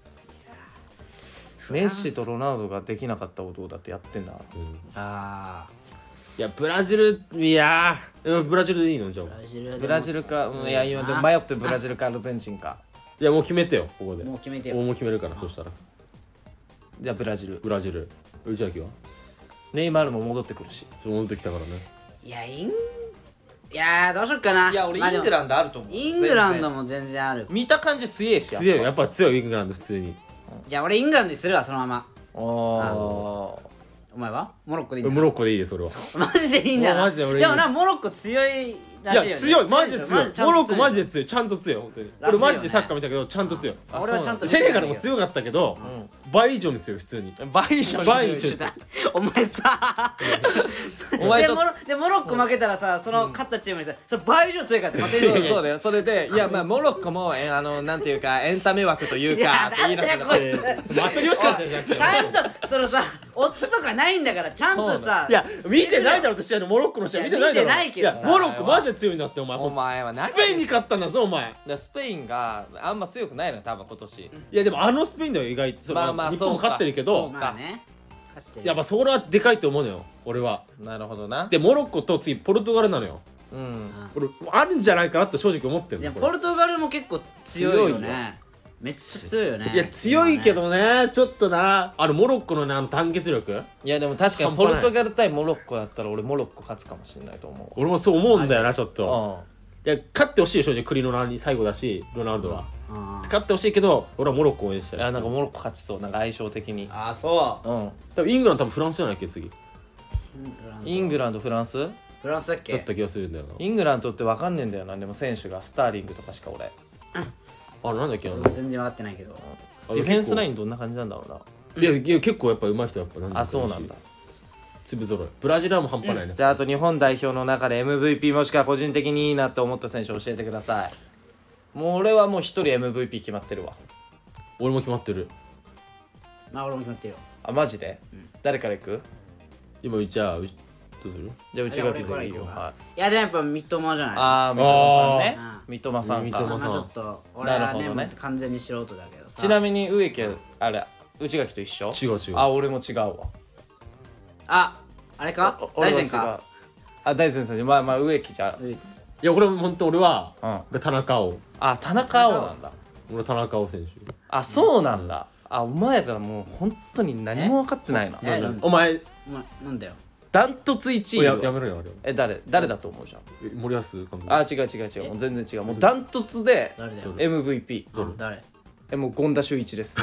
メッシとロナウドができなかったことをだってやってんだうんあいやブラジルいやーでもブラジルでいいのじゃあーブラジルはでもブラジルかうんいや今でも迷ってブラジルかアルゼンチンかいやもう決めてよここでもう決めてよ。 俺も決めるからそしたらじゃあブラジルブラジル内垣はネイマールも戻ってくるし戻ってきたからねいやインいやーどうしよっかな。 いや俺イまあでもングランドあると思うイングランドもも全然ある。 見た感じ強いし強いよやっぱ強いイングランド普通にじゃあ俺イングランドにするわそのまま。 おおお前はモロッコでいいんだモロッコでいいですそれはマジでいいんだな。 マジで俺いいでもなモロッコ強いらしいよね。 いや強いマジで強いモロッコマジでで強いちゃんと強い本当にらしいよね俺マジでサッカー見たけどちゃんと強いあ俺はちゃんと見てセないネガルも強かったけど倍以上に強い普通に倍以上に倍以上に強い。お前さお前とでモロでモロッコ負けたらさその勝ったチームにさそれ倍以上強いからって勝てるよそうそうだよそれでいやまあモロッコもえあのなんていうかエンタメ枠というかって言い出すのいやなんだよこいつ当たり惜しかったじゃんちゃんとそのさオッズとかないんだからちゃんとさいや見てないだろと試合のモロッコの試合見てないだろいや見てないけどさやモロッコマジで強いんだってお前お前はスペインに勝ったんだぞお前だスペインがあんま強くないのよ多分今年いやでもあのスペインでは意外とまあまあ日本も勝ってるけどそうかまあねやっぱそれはでかいと思うのよ俺はなるほどなでモロッコと次ポルトガルなのようん俺あるんじゃないかなと正直思ってるのこれいやポルトガルも結構強いよ強いよねめっちゃ強いよねいや強いけどねちょっとなあのモロッコのねあの団結力いやでも確かにポルトガル対モロッコだったら俺モロッコ勝つかもしれないと思う俺もそう思うんだよなちょっとういや勝ってほしいよ正直クリロナに最後だしロナウドはうん勝ってほしいけど俺はモロッコ応援したいんいやなんかモロッコ勝ちそうなんか相性的にああそうん多分イングランド多分フランスじゃないっけ次うイングランドフランスフランスだっけだった気がするんだよなイングランドって分かんねえんだよなでも選手がスターリングとかしか俺あなんだっけあの全然分かってないけどディフェンスラインンどんな感じなんだろうないやいや結構やっぱ上手い人やっぱなんあそうなんだ粒揃いブラジルはもう半端ないねじゃああと日本代表の中で エムブイピー もしくは個人的にいいなって思った選手教えてくださいもう俺はもう一人 エムブイピー 決まってるわ俺も決まってるまあ俺も決まってるよあマジで、 ん誰から行く今じゃあうどうするじゃあ内垣でいいよじゃあ俺から行こうかはいいやでもやっぱ三笘じゃないああ三笘さんねあー三笘さんか三笘さんまあちょっと俺はねなるほどねもう完全に素人だけどさちなみに植木あれ内垣と一緒違う違うあ俺も違うわああれかお俺は違う大然かあ大然さんまあまあ植木じゃうんいや俺も本当俺はうん俺田中碧あ田中碧なんだ俺田中碧選手あそうなんだあお前らもう本当に何も分かってないなえなんお前お前なんだよダントツいちいやよやめろよあれえ誰誰だと思うじゃんえ森保監督あ違う違う違うもう全然違うもうダントツで誰だよエムブイピーあ誰えもう権田修一です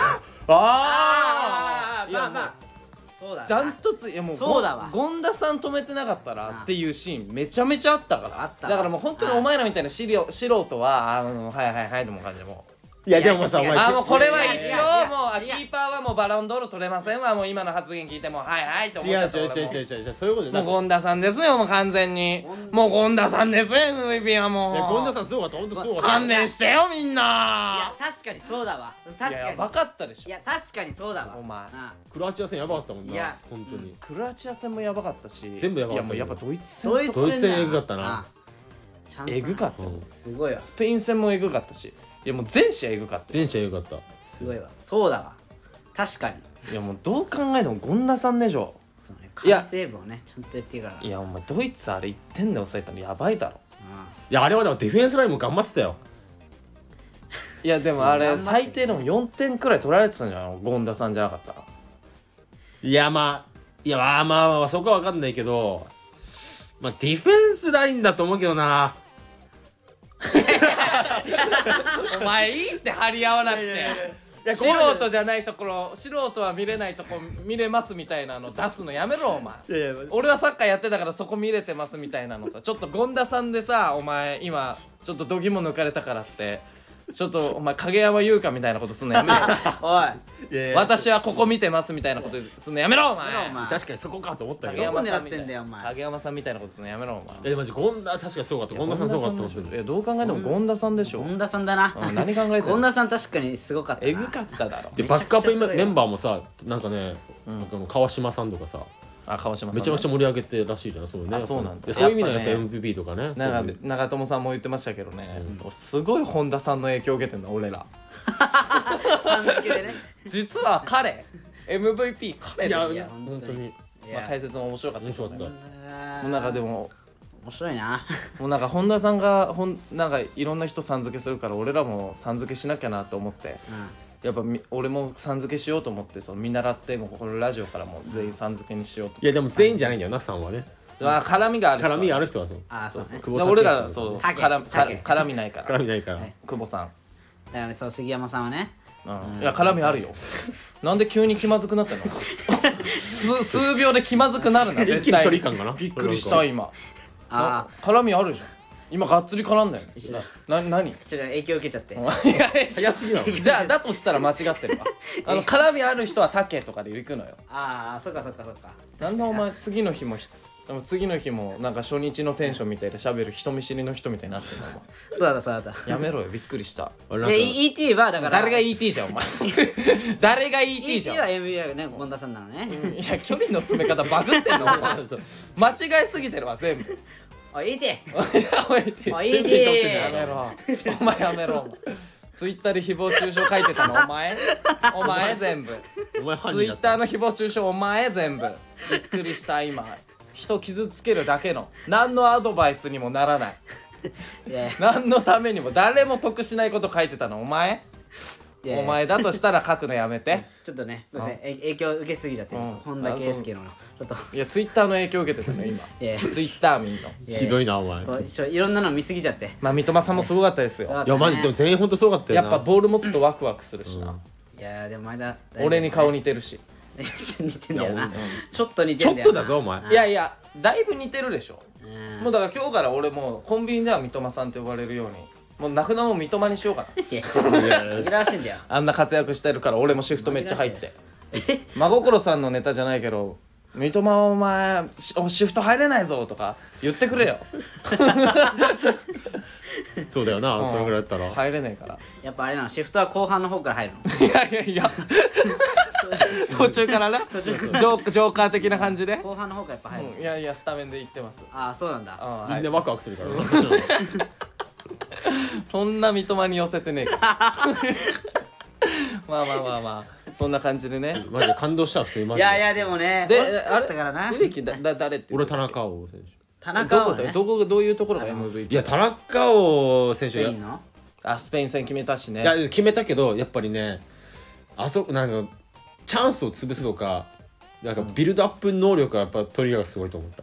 ああいやまあまあそうだなダントツいやもうそうだわ権田さん止めてなかったらあっていうシーンめちゃめちゃあったからあったわだからもう本当にお前らみたいな素人素人はあのはいはいはいでも感じでもういやでもさいやお前あもうこれは一生いやいやいやもうあいやキーパーはもうバロンドール取れませんわもう今の発言聞いてもはいはいって思っちゃった違う違う俺も違う違う違う違うそういうことじゃないうも権田さんですよもう完全にもう権田さんですよ エムブイピー はもういや権田さんすごかった本当すごかった勘弁してよみんいやな確かにそうだわい確かにややばかったでしょいや確かにそうだわお前なクロアチア戦やばかったもんないや本当にクロアチア戦もやばかったし全部やばかったいやもうやっぱドイツ戦ドイツドイツ戦だエグかったなあちゃんとエグかったうんすごいわスペイン戦もエグかったしいやもう全試合エグかったよ全試合よかったすごいわそうだわ確かにいやもうどう考えても権田さんでしょそうねいや完成部をねちゃんとやってるからいやお前ドイツあれいってんで抑えたのやばいだろいやあれはでもディフェンスラインも頑張ってたよいやでもあれ頑張って最低でもよんてんくらい取られてたんじゃないの権田さんじゃなかったらいやまあいやまあまあまあそこは分かんないけどまあディフェンスラインだと思うけどなお前いいって張り合わなくていや素人じゃないところ素人は見れないとこ見れますみたいなの出すのやめろお前いやいや俺はサッカーやってたからそこ見れてますみたいなのさちょっと権田さんでさお前今ちょっと度肝抜かれたからってちょっとお前影山優香みたいなことすんのやめろおいいやいや私はここ見てますみたいなことすんのやめろお前やめろお前確かにそこかと思ったけど。 どこい狙ってんだよお前影山さんみたいなことすんのやめろお前やでもマジ権田確かにそうかった。権田さんそうかったと思ってる。 いやどう考えても権田さんでしょ、 権田さんだなうん何考えてんの権田さん確かにすごかったなえぐかっただろでめちゃくちゃバックアップすごいわメンバーもさなんかね、なんかもう川島さんとかさあ川島さんねめちゃくちゃ盛り上げてるらしいじゃん。そうね。 あそうなんだやっぱそういう意味ではやっぱやっぱねエムブイピー とかね。 なんかそういう長友さんも言ってましたけどね、すごい本田さんの影響を受けてんだ俺らさん付けでね実は彼 エムブイピー 彼いやですよ、 本当にいまあ、 や解説も面白かった面白かった。 もうなんかでも面白いなもうなんか本田さんがほんなんかいろんな人さん付けするから俺らもさん付けしなきゃなと思ってやっぱみ俺もさん付けしようと思ってその見習ってもうこのラジオからも全員さん付けにしようといやでも全員じゃないんだよなさんはね。 まあ絡みがある人は絡みある人はそう。 ああそうね久保だから俺ら建英さんとそうかね竹絡み竹絡みないから絡みないから。 はい久保さん、 だからねそう杉山さんはねうん、いや絡みあるよなんで急に気まずくなったの数数秒で気まずくなるな一気に絶対距離感かな。 びっくりした今あな絡みあるじゃん今がっつり絡んだよな何いちょっと影響受けちゃってやいや早すぎなの。 じゃあだとしたら間違ってるわあの絡みある人は竹とかで行くのよああそっかそっかそっかなんでお前次の日もひでも次の日もなんか初日のテンションみたいで喋る人見知りの人みたいになってるのお前そうだそうだやめろよびっくりした俺なんかで イーティー はだから誰が イーティー じゃんお前誰が イーティー じイーティーゃんは エムビーアイ がね権田さんなのねいや距離の詰め方バグってんのお前間違いすぎてるわ全部おい イーティーおいイーティーおい イーテ全然ィやめーろお前やめろお前ツイッターで誹謗中傷書いてたのお前お前全部お前犯ツイッター人だった。 の誹謗中傷お前全部びっくりした今人傷つけるだけの何のアドバイスにもならないいや何のためにも誰も得しないこと書いてたのお前いやお前だとしたら書くのやめてちょっとねすいませんえ影響受けすぎちゃってうん本田圭佑のちょっといやツイッターの影響を受けてたの今いやツイッター民のいやひどいなお前。 こうちょいろんなの見すぎちゃってまあ三笘さんもすごかったですよそういやマジでも全員本当すごかったよな。 やっぱボール持つとワクワクするしな、 いやでも前田俺に顔似てるし似てんだよないやちょっと似てちょっんだよなとだぞお前。 いやいやだいぶ似てるでしょうんもうだから今日から俺もうコンビニでは三笘さんって呼ばれるようにもう泣くのも三紛にしようかないやちょっと紛らわしいんだよあんな活躍してるから俺もシフトめっちゃ入って真心さんのネタじゃないけど三笘はお前シシフト入れないぞとか言ってくれよそうだよな。それぐらいだったら。 入れねえからやっぱあれなのシフトは後半の方から入るのいやいやいや途中からなジョージョーカー的な感じで、 後半の方からやっぱ入るのうん、いやいやスタメンで行ってますああそうなんだあ、はい、 みんなワクワクするから。 そんな三笘に寄せてねえからまあまあまあまあそんな感じでねマジで感動した普通にマジで。 いやいやでもねで惜しかったからな植木だだ誰って言う俺田中碧選手。 田中どこはねでどこがどういうところが エムブイピーいや田中碧選手やスペインのあスペイン戦決めたしねいや決めたけどやっぱりねあそこなんかチャンスを潰すとかなんかビルドアップ能力がやっぱトリガーがすごいと思った。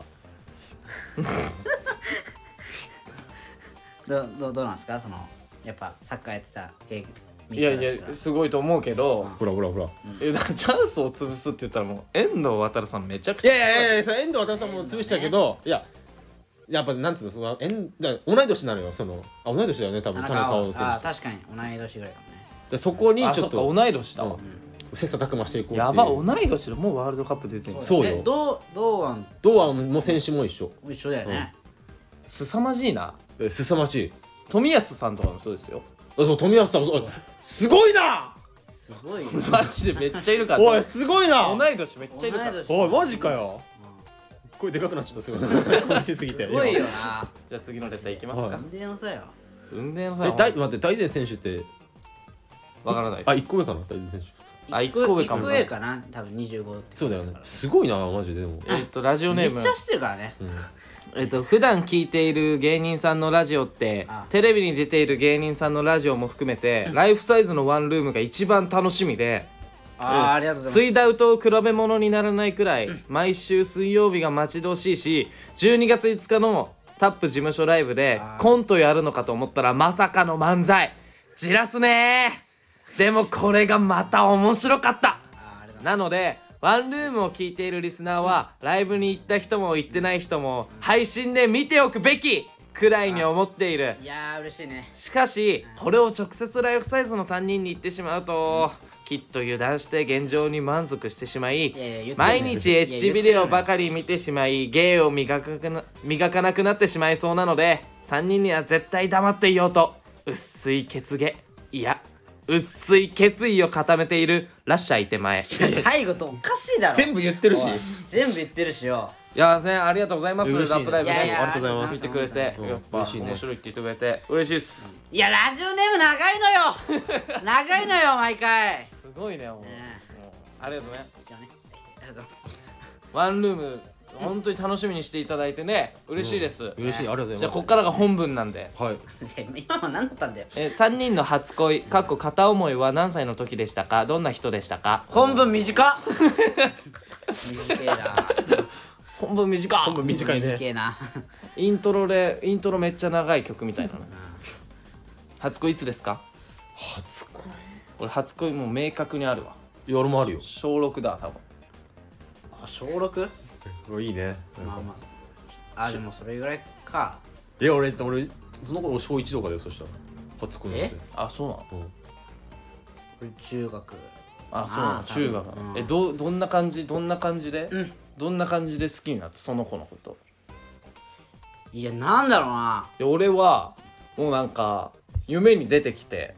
どどどうなんですかそのやっぱサッカーやってた経験いやいやすごいと思うけど、 ほらほらほら。 えだからチャンスを潰すって言ったらもう遠藤航さんめちゃくいちゃやいやいやいやそれ遠藤航さんも潰したけど、いややっぱなんつうのその遠だ同い年なのよそのあ同い年だよね多分田田中中碧選ああ確かに同い年ぐらいかもね手でそこにあそっかちょっと同い年だわ、 切磋琢磨していこうっていう。 やば同い年でもうワールドカップ出てるそうよえどう堂安堂安も選手も一緒。 一緒だよね凄まじいなえ凄まじい。 冨安さんとかもそうですよあそう冨安さんもそうすごいな。 すごいよマジでめっちゃいるからおいすごいな。 同い年めっちゃいるから同い年おいマジかよ。声でかくなっちゃったすごい。声しすぎて。 すごいよなじゃあ次のレターいきますか、 はいなんでのさよ運命のさえ大待って大然選手ってわからないですあ一個目かな大然選手。 あ一個上かも一個上かな多分にじゅうごってそうだよね。すごいなマジででも。 えっとラジオネームめっちゃ知ってるからねえっと普段聞いている芸人さんのラジオってあテレビに出ている芸人さんのラジオも含めてライフサイズのワンルームが一番楽しみでああありがとうございます水ダウと比べ物にならないくらい毎週水曜日が待ち遠しいしじゅうにがついつかのタップ事務所ライブであーコントやるのかと思ったらまさかの漫才じらすねーでもこれがまた面白かったあーありがとうございますなのでワンルームを聞いているリスナーはライブに行った人も行ってない人も配信で見ておくべきくらいに思っている。 いやー嬉しいね。 しかしこれを直接ライフサイズのさんにんに言ってしまうと、きっと油断して現状に満足してしまい、 いやいや言ってる毎日エッジビデオばかり見てしまい、芸を磨かな磨かなくなってしまいそうなので、さんにんには絶対黙っていようと薄い血芸、いや薄い決意を固めているらっしゃい手前。い最後とおかしいだろ。 全部言ってるしおい全部言ってるしよ。 やね、ありがとうございます。 嬉しいねラップライブね、 いやいやありがとうございます見てくれて、 うんやっぱ嬉しいね面白いって言ってくれて嬉しいっす。 いやラジオネーム長いのよ長いのよ毎回。 すごいね、もうもうありがとうね。 じゃあねありがとうございます。 ワンルーム本当に楽しみにしていただいてね、嬉しいです。 嬉しい、ありがとうございます。 じゃあこっからが本文なんで、 はい。 じゃあ今は何だったんだよ。 えー、さんにんの初恋かっこ片思いは何歳の時でしたか？どんな人でしたか？ 本文短っ短いな。 本文短っ本文短いね。 短いな。 イントロでイントロめっちゃ長い曲みたいなの。初恋いつですか？ 初恋。 俺初恋もう明確にあるわ。 いや俺もあるよ。 小ろくだ多分。 あ小六？ いいね。 まあまあ。あでもそれぐらいか。 いや俺俺その頃小一とかで、そしたら初恋なんて。 あ、そうなの？ うん中学。 あ、そうなの。 あー中学多分うんえどどんな感じどんな感じで、 うんどんな感じで好きになってその子のこと。 いやなんだろうな。 で俺はもうなんか夢に出てきて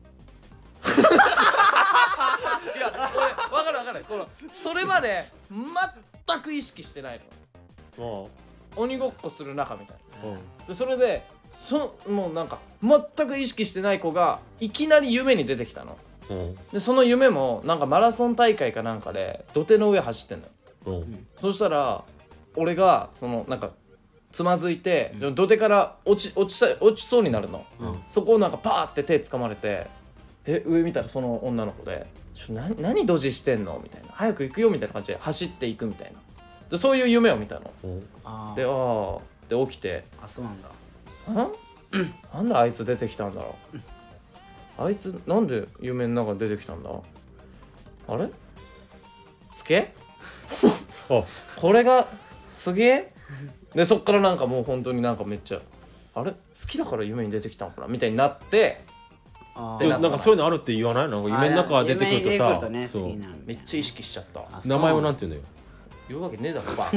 いや俺分かる分かる、このそれまで全く意識してないの。 も鬼ごっこする仲みたいな。 ううんでそれでそもうなんか全く意識してない子がいきなり夢に出てきたの。 うんでその夢もなんかマラソン大会かなんかで土手の上走ってんのよ。 うんそしたら俺がそのなんかつまずいて、土手から落ち落ちさ落ちそうになるの、 うんそこをなんかパーって手掴まれて、え上見たらその女の子で「ちょ何何ドジしてんの?」みたいな「早く行くよ」みたいな感じで走っていくみたいな。でそういう夢を見たの。 うんあでああで起きてあそうなんだ。 んなんであいつ出てきたんだろう、あいつなんで夢の中に出てきたんだ、あれつけあこれがすげえでそっからなんかもう本当になんかめっちゃあれ好きだから夢に出てきたのかなみたいになって、 あででなんかそういうのあるって言わない？なんか夢の中が出てくるとさ、 夢に出てくるとねそう好きになるみたいなめっちゃ意識しちゃった。 あそう名前はなんて言うんだよ。 言うわけねえだろバ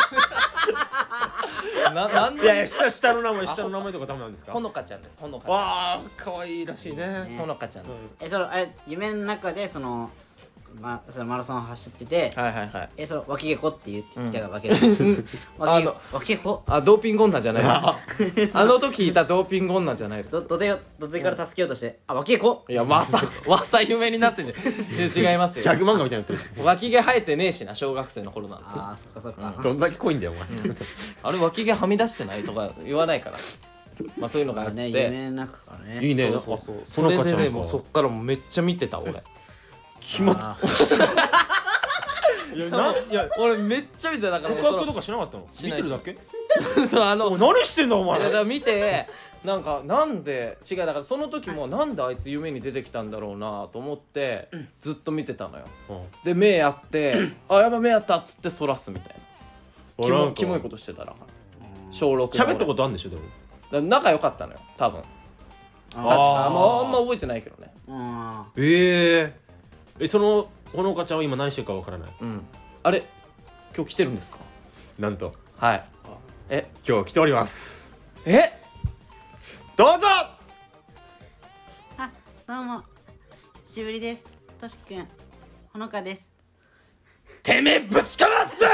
カななんでいやいや下下の名前下の名前とかダメなんですか？ ほのかちゃんです。ほのかちゃわあ可愛いらしいね。 ねんほのかちゃんです。 えそのあれ夢の中でそのまそのマラソン走ってて、 はいはいはい。 えその脇毛こって言って言ったわけです。 あ脇の毛脇毛こあドーピング女じゃないですあの時いたドーピング女じゃないです。 どどでどでから助けようとしてあ脇毛こいやわさわさ夢になってんじゃん。いや違いますよ。 ギャグ漫画みたいなやつ。 脇毛生えてねえしな、小学生の頃なんですよ。 あーそっかそっか。 どんだけ濃いんだよお前。 あれ脇毛はみ出してないとか言わないから。まあそういうのがあって、 ね夢の中からね。 いいね。 そうそうそうあそれでねほのかちゃんかもうそっからもうめっちゃ見てた俺。 決まっあいやないや俺めっちゃ見てただから告白とかしなかったの？ しない見てるだけ？ そうあのおい何してんだお前。 いやだから見てなんかなんで違うだからその時もなんであいつ夢に出てきたんだろうなと思ってずっと見てたのよ。 うんで目やってあやばい目やったっつってそらすみたいなキなんかモキモいことしてたら小ろく喋ったことあるんでしょでも。 だから仲良かったのよ多分。確かあーあんまあんま覚えてないけどね。 ーえええそのほのかちゃんは今何してるかわからない。 うんあれ今日来てるんですか？ なんとはいえ今日来ております。 えどうぞ。 あどうも久しぶりです。としくんほのかです。 てめえぶちかますぞ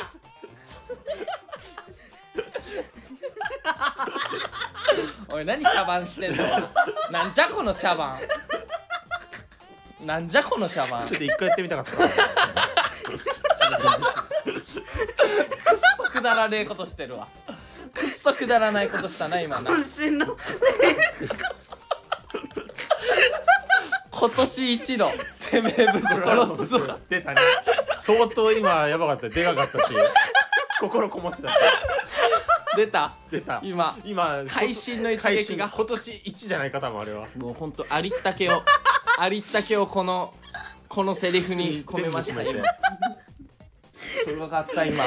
おい何茶番してんのなんじゃこの茶番なんじゃこの茶番ちょっと一回やってみたかった。 くっそくだらねえことしてるわ。くっそくだらないことしたな今な。 渾身の今年一のてめえぶち殺すぞ。 出たね。相当今やばかった。でかかったし心こもってた。 出た出た。 今今会心の一会撃が心今年一じゃないか多分あれは。 もうほんとありったけをありったけをこのこのセリフに込めました今。すごかった今。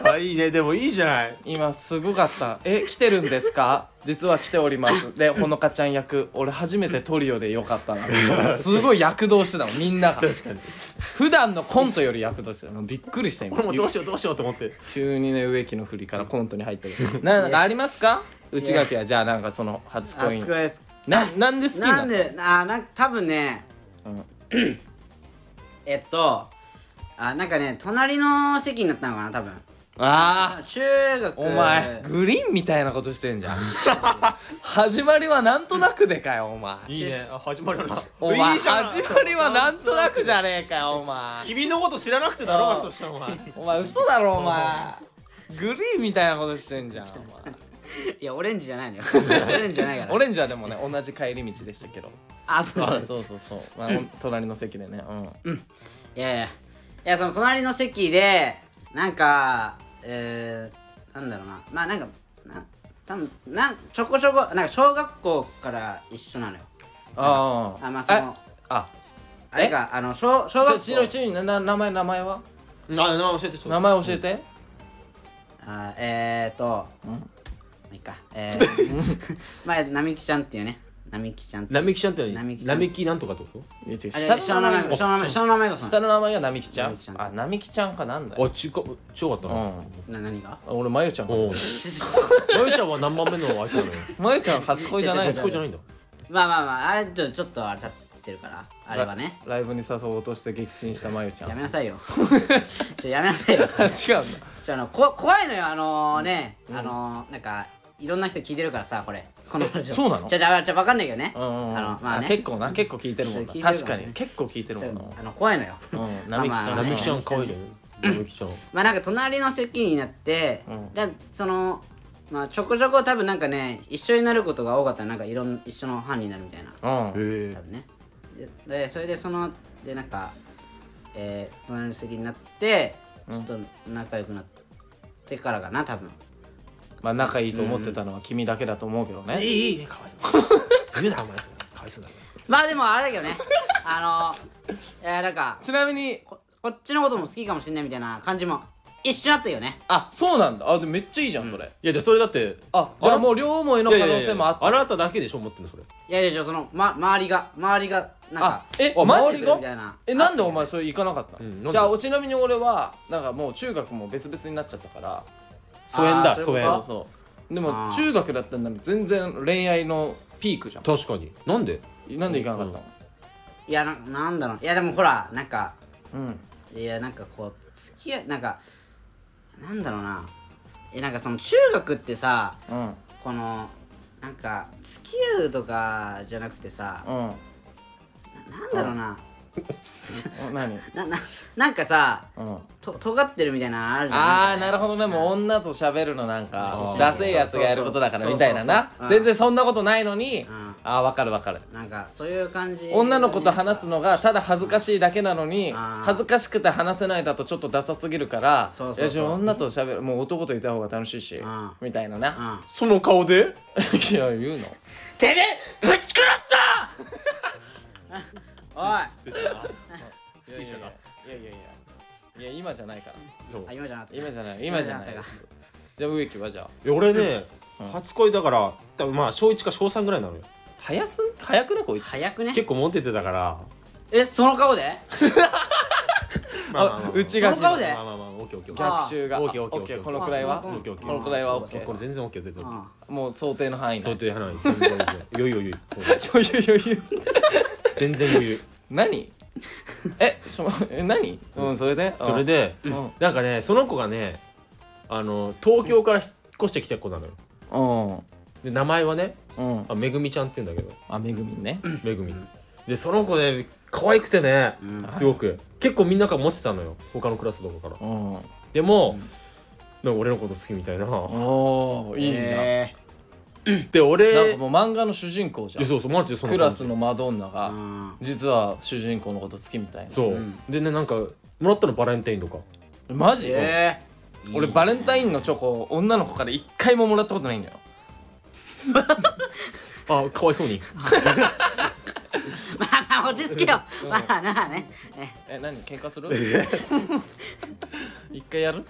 あいいねでもいいじゃない今すごかったえ来てるんですか実は来ておりますでほのかちゃん役俺初めてトリオでよかったなすごい躍動してたのみんなが確かに普段のコントより躍動してたのびっくりした今俺もどうしようどうしようと思って急にね植木の振りからコントに入ってるなんかありますか内垣はじゃあなんかその初恋初恋ですななんで好きになったなんであなんか多分ね、 うん、 えっとあなんかね隣の席になったのかな多分あ中学あお前グリーンみたいなことしてんじゃん始まりはなんとなくでかよお前いいねあ始まるなお前いいじゃん始まりはなんとなくじゃねえかよお前君のこと知らなくてだろうがそしたらお前お前嘘だろお前グリーンみたいなことしてんじゃんお前いやオレンジじゃないのよオレンジじゃないからオレンジはでもね同じ帰り道でしたけどあそうあですそうそうそう、まあ、隣の席でねうんいやいやいやその隣の席でなんかえー、なんだろうなまあなんかな多分なんちょこちょこなんか小学校から一緒なのよあああまあそのああれかあの小小学校ちのちのな名前名前は名前教えてちょっと名前教えて、 あえーとまあいいかえーまあ並木ちゃんっていうね並木ちゃんって並木ちゃんって何並木ちゃん並木なんとかってこいや違うあ下の名前が下の名前下の名前がそう下の名前が並木ちゃん並木ちゃんあ並木ちゃんかなんだよとあちか違かったなうんな何が俺まゆちゃんかおうまゆちゃんは何番目の相手なのよまゆちゃん初恋じゃない初恋じゃないんだまあまあまああれちょちょっとあれ立ってるからあれはねライブに誘おうとして撃沈したまゆちゃんやめなさいよちょやめなさいよ違うんだちょあのこ怖いのよあのね、あのなんかいろんな人聞いてるからさこれこのラジオそうなのじゃじゃじゃ分かんないけどね、 うんうんうんあのまあね結構な結構聞いてるもんな聞いてるかもしれない確かに結構聞いてるちょもんなあの怖いのようん並木ちゃんまあまあ並木ちゃん可愛いじゃん並木ちゃんまあなんか隣の席になって、 うんでそのまあちょこちょこ多分なんかね一緒になることが多かったらなんかいろん一緒の班になるみたいなうんへ多分ねででそれでそのでなんかえー、隣の席になってちょっと仲良くなってからかな多分まあ仲いいと思ってたのは君だけだと思うけどねえいいいいかわいい言うなお前それかわいそうだまあでもあれだけどねあのえー、なんかちなみにここっちのことも好きかもしれないみたいな感じも一緒だったよねあそうなんだあでもめっちゃいいじゃんそれいやでそれだってあじゃあもう両思いの可能性もあったあなただけでしょ持ってんのそれいやいやいやその、ま、周りが周りがなんかあえあマジ周りがみたいなえなんでお前それ行かなかったの、 うんなんでじゃあちなみに俺はなんかもう中学も別々になっちゃったから疎遠だ疎遠あーそういうことそうそうでもあー中学だったんだら全然恋愛のピークじゃん確かになんでなんで行かなかったのいやななんだろういやでもほらなんかうんいやなんかこう付き合いなんかなんだろうなえなんかその中学ってさうんこのなんか付き合うとかじゃなくてさうんななんだろうなお何なななんかさうんと尖ってるみたいなのあるじゃんあーなるるほどねもう女と喋るのなんかあーダセえやつがやることだからそうそうみたいななそうそうそう全然そんなことないのにうんあーわかるわかるなんかそういう感じ女の子と話すのがただ恥ずかしいだけなのにあー恥ずかしくて話せないだとちょっとダサすぎるからそうそうそういやじゃあ女と喋るもう男といた方が楽しいしんみたいななうんその顔でいや言うのてめえぶち殺すぞおい好きでしたかいやいやいやいや今じゃないからあ今じゃなかった今じゃない今じゃない今じゃなかっじゃあ植木はじゃあいや俺ねうん初恋だから多分まあ小いちか小さんぐらいなのよ早すん早くねこいつ早くね結構モテてたからえその顔でまあまあまあ内垣その顔でまあまあまあオッケーオッケーオッケー逆襲がオッケーオッケーオッケーこのくらいはあそうオッケーオッケーこのくらいはそうだ OK これ全然オッケー全然オッケーうんもう想定の範囲内そういう話全然余裕余裕余裕余裕余裕全然余裕何えちょえ何うんそれでそれでうんなんかねその子がねあの東京から引っ越してきた子なのようんで名前はねうんあめぐみちゃんって言うんだけどあめぐみねめぐみでその子ね可愛くてねうんすごく結構みんなから持ってたのよ他のクラスとかからうんでもなんか俺のこと好きみたいなおーいいじゃんえで俺なんかもう漫画の主人公じゃんいやそうそうマジでそのクラスのマドンナーがうん実は主人公のこと好きみたいなそう、 うんでねなんかもらったのバレンタインとかマジえー俺バレンタインのチョコ女の子から一回ももらったことないんだよあかわいそうにまあまあ落ち着けよまあなあねええ何喧嘩する一回やる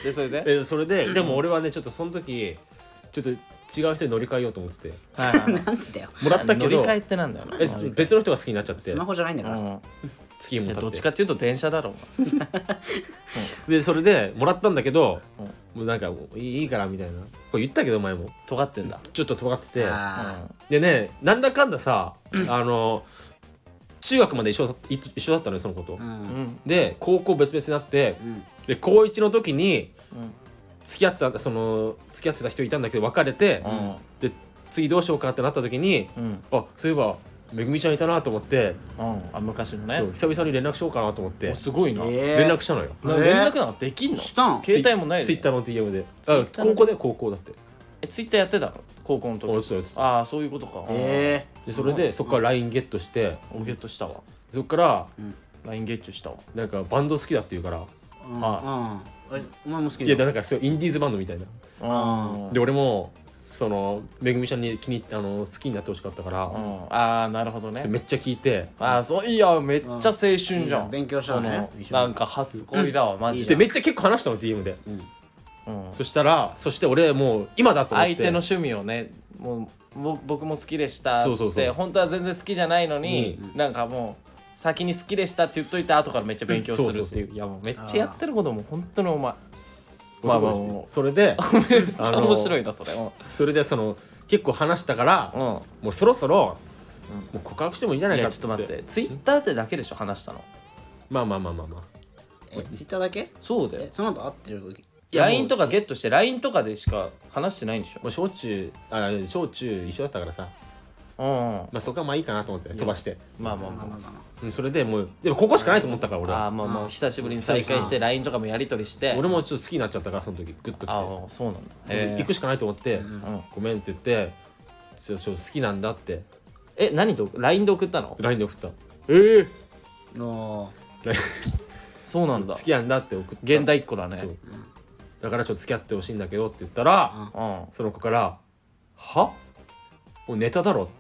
でそれでえそれででも俺はねちょっとその時ちょっと違う人に乗り換えようと思っててはいはいはいなんでだよもらったけど乗り換えってなんだよなえ別の人が好きになっちゃってスマホじゃないんだから、 うん月も経っていやどっちかっていうと電車だろうでそれでもらったんだけど、 うんもうなんかもういいいいからみたいなこれ言ったけど前も尖ってんだちょっと尖っててあでねなんだかんださ、あの中学まで一緒だい一緒だったのよその子と、 ーううんんで高校別々になってうんで高いちの時にうん付き合ってたその付き合ってた人いたんだけど別れて、 うんで次どうしようかってなった時にうんあそういえばめぐみちゃんいたなと思って、 うんあ昔のねそう久々に連絡しようかなと思っておすごいなえー連絡したのよ、 な連絡なんかできんのしたの携帯もないのツイッターの ディーエム であ Twitter の高校で高校だってえツイッターやってたの高校の時あそうやつああそういうことかえでそれでそこから ライン ゲットしておゲットしたわそこからライン ゲッチュしたわなんかバンド好きだって言うからー、うんはうんえお前も好きいやだなんかそうインディーズバンドみたいなうんで俺もそのめぐみちゃんに気に入ってあの好きになってほしかったから、 うんああなるほどねめっちゃ聞いてああそういやめっちゃ青春じゃんいい勉強したのねそ一緒になんか初恋だわマジででめっちゃ結構話したの ディーエム でうんうんそしたらそして俺もう今だと思って相手の趣味をねもうも僕も好きでしたってそうそうそう本当は全然好きじゃないのに、なんかもう先に好きでしたって言っといて後からめっちゃ勉強するっていういやもうめっちゃやってることも本当にお前まあまあもうそれでめっちゃあの面白いなそれもそれでその結構話したから、 うんもうそろそろ、もう告白してもいいんじゃないかいやちょっと待ってツイッターってだけでしょ話したのまあまあまあまあまあえツイッターだけそうだよえその後会ってるいやもうライン とかゲットして ライン とかでしか話してないんでしもう小中あ小中一緒だったからさ、 ょまあ、そこはまあいいかなと思って飛ばしてうんまあまあままあまあまあまうんそれでもうでもここしかないと思ったから俺はああーもうもう久しぶりに再会して ライン とかもやり取りして俺もちょっと好きになっちゃったからその時グッときてああそうなんだへえ行くしかないと思って、 うんごめんって言ってちょちょっと好きなんだってえ何と ライン で送ったのライン で送ったええあおーラインそうなんだ好きなんだって送った現代っ子だねそうだからちょっと付き合ってほしいんだけどって言ったら、 うんその子から「はもうネタだろ」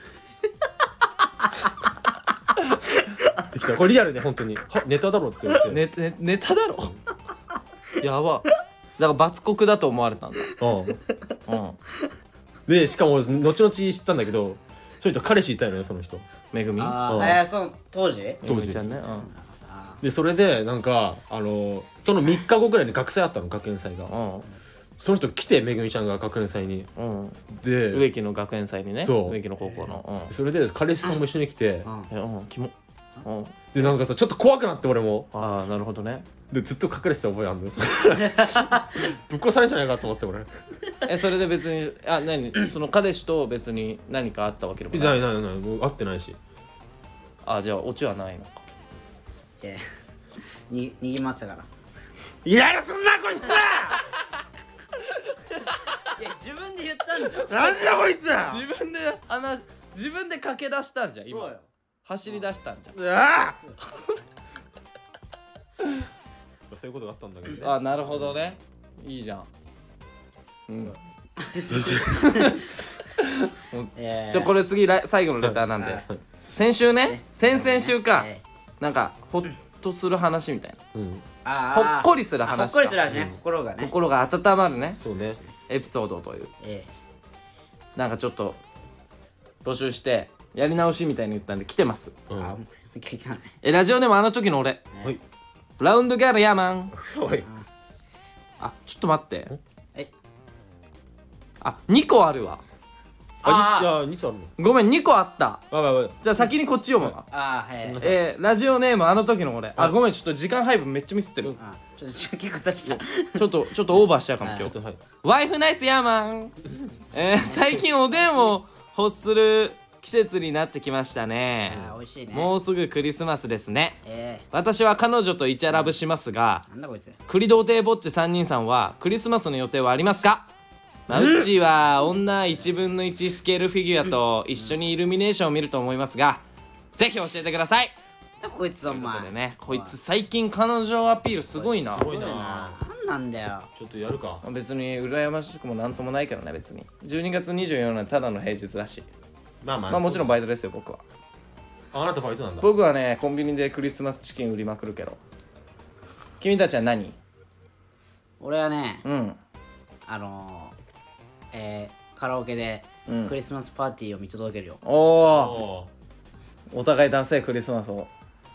ってきたこれリアルで本当に「はネタだろ」って言われて、 ねねネタだろやばだから罰国だと思われたんだうん、 うんでしかも後々知ったんだけどその人彼氏いたよねその人めぐみうんあーえーそう当時めぐみちゃんねあでそれでなんかあのそのみっかごぐらいに学祭あったの学園祭がうんその人来てめぐみちゃんが学園祭にうんうんで植木の学園祭にねそう植木の高校のそれで彼氏さんも一緒に来てーうんうんえうんキモうんでなんかさちょっと怖くなって俺もああなるほどねでずっと隠れてた覚えあるんですぶっ殺されんじゃないかと思って俺えそれで別にあ何その彼氏と別に何かあったわけでもじゃないないないないもう会ってないしあじゃあオチはないのかでに逃げ回ってたからイライラすんなこいついや自分で言ったんじゃんなんだこいつ自分で話自分で駆け出したんじゃん今そうよ走り出したんじゃんうわそういうことがあったんだけどあなるほどねいいじゃんうんえーじゃあこれ次来最後のレターなんで、 はい先週ね先々週か、 えなんかほっとする話みたいな、 うんあーほっこりする話かあほっこりする話ね心がね心が温まるねそうねエピソードというえなんかちょっと募集してやり直しみたいに言ったんで来てますうんーあもう一回来たねえラジオネームあの時の俺はいラウンドギャルヤーマンおいあちょっと待ってえあにこあるわああいやにつあるのごめんにこあったあばばじゃあ先にこっち読むわあーはいえー、ラジオネームあの時の俺あごめんちょっと時間配分めっちゃミスってるあちょっと結構経っちゃったちょっとちょっとオーバーしちゃうかもはい今日ちょっとはいワイフナイスヤーマンえー、最近おでんを欲する季節になってきましたねあー美味しいねもうすぐクリスマスですねえ私は彼女とイチャラブしますがーなんだこいつ栗童貞ぼっちさんにんさんはクリスマスの予定はありますかまあうちは女いちぶんのいちスケールフィギュアと一緒にイルミネーションを見ると思いますがぜひ教えてくださいなんだこいつおということ前でねこいつ最近彼女アピールすごいなすごいななんなんだよちょっとやるかまあ別に羨ましくもなんともないけどね別にじゅうにがつにじゅうよっかはただの平日らしいまあまあまあもちろんバイトですよ僕はあなたバイトなんだ僕はねコンビニでクリスマスチキン売りまくるけど君たちは何俺はねうんあのー、えー、カラオケでうんクリスマスパーティーを見届けるよ、 おおおお互い男性クリスマスを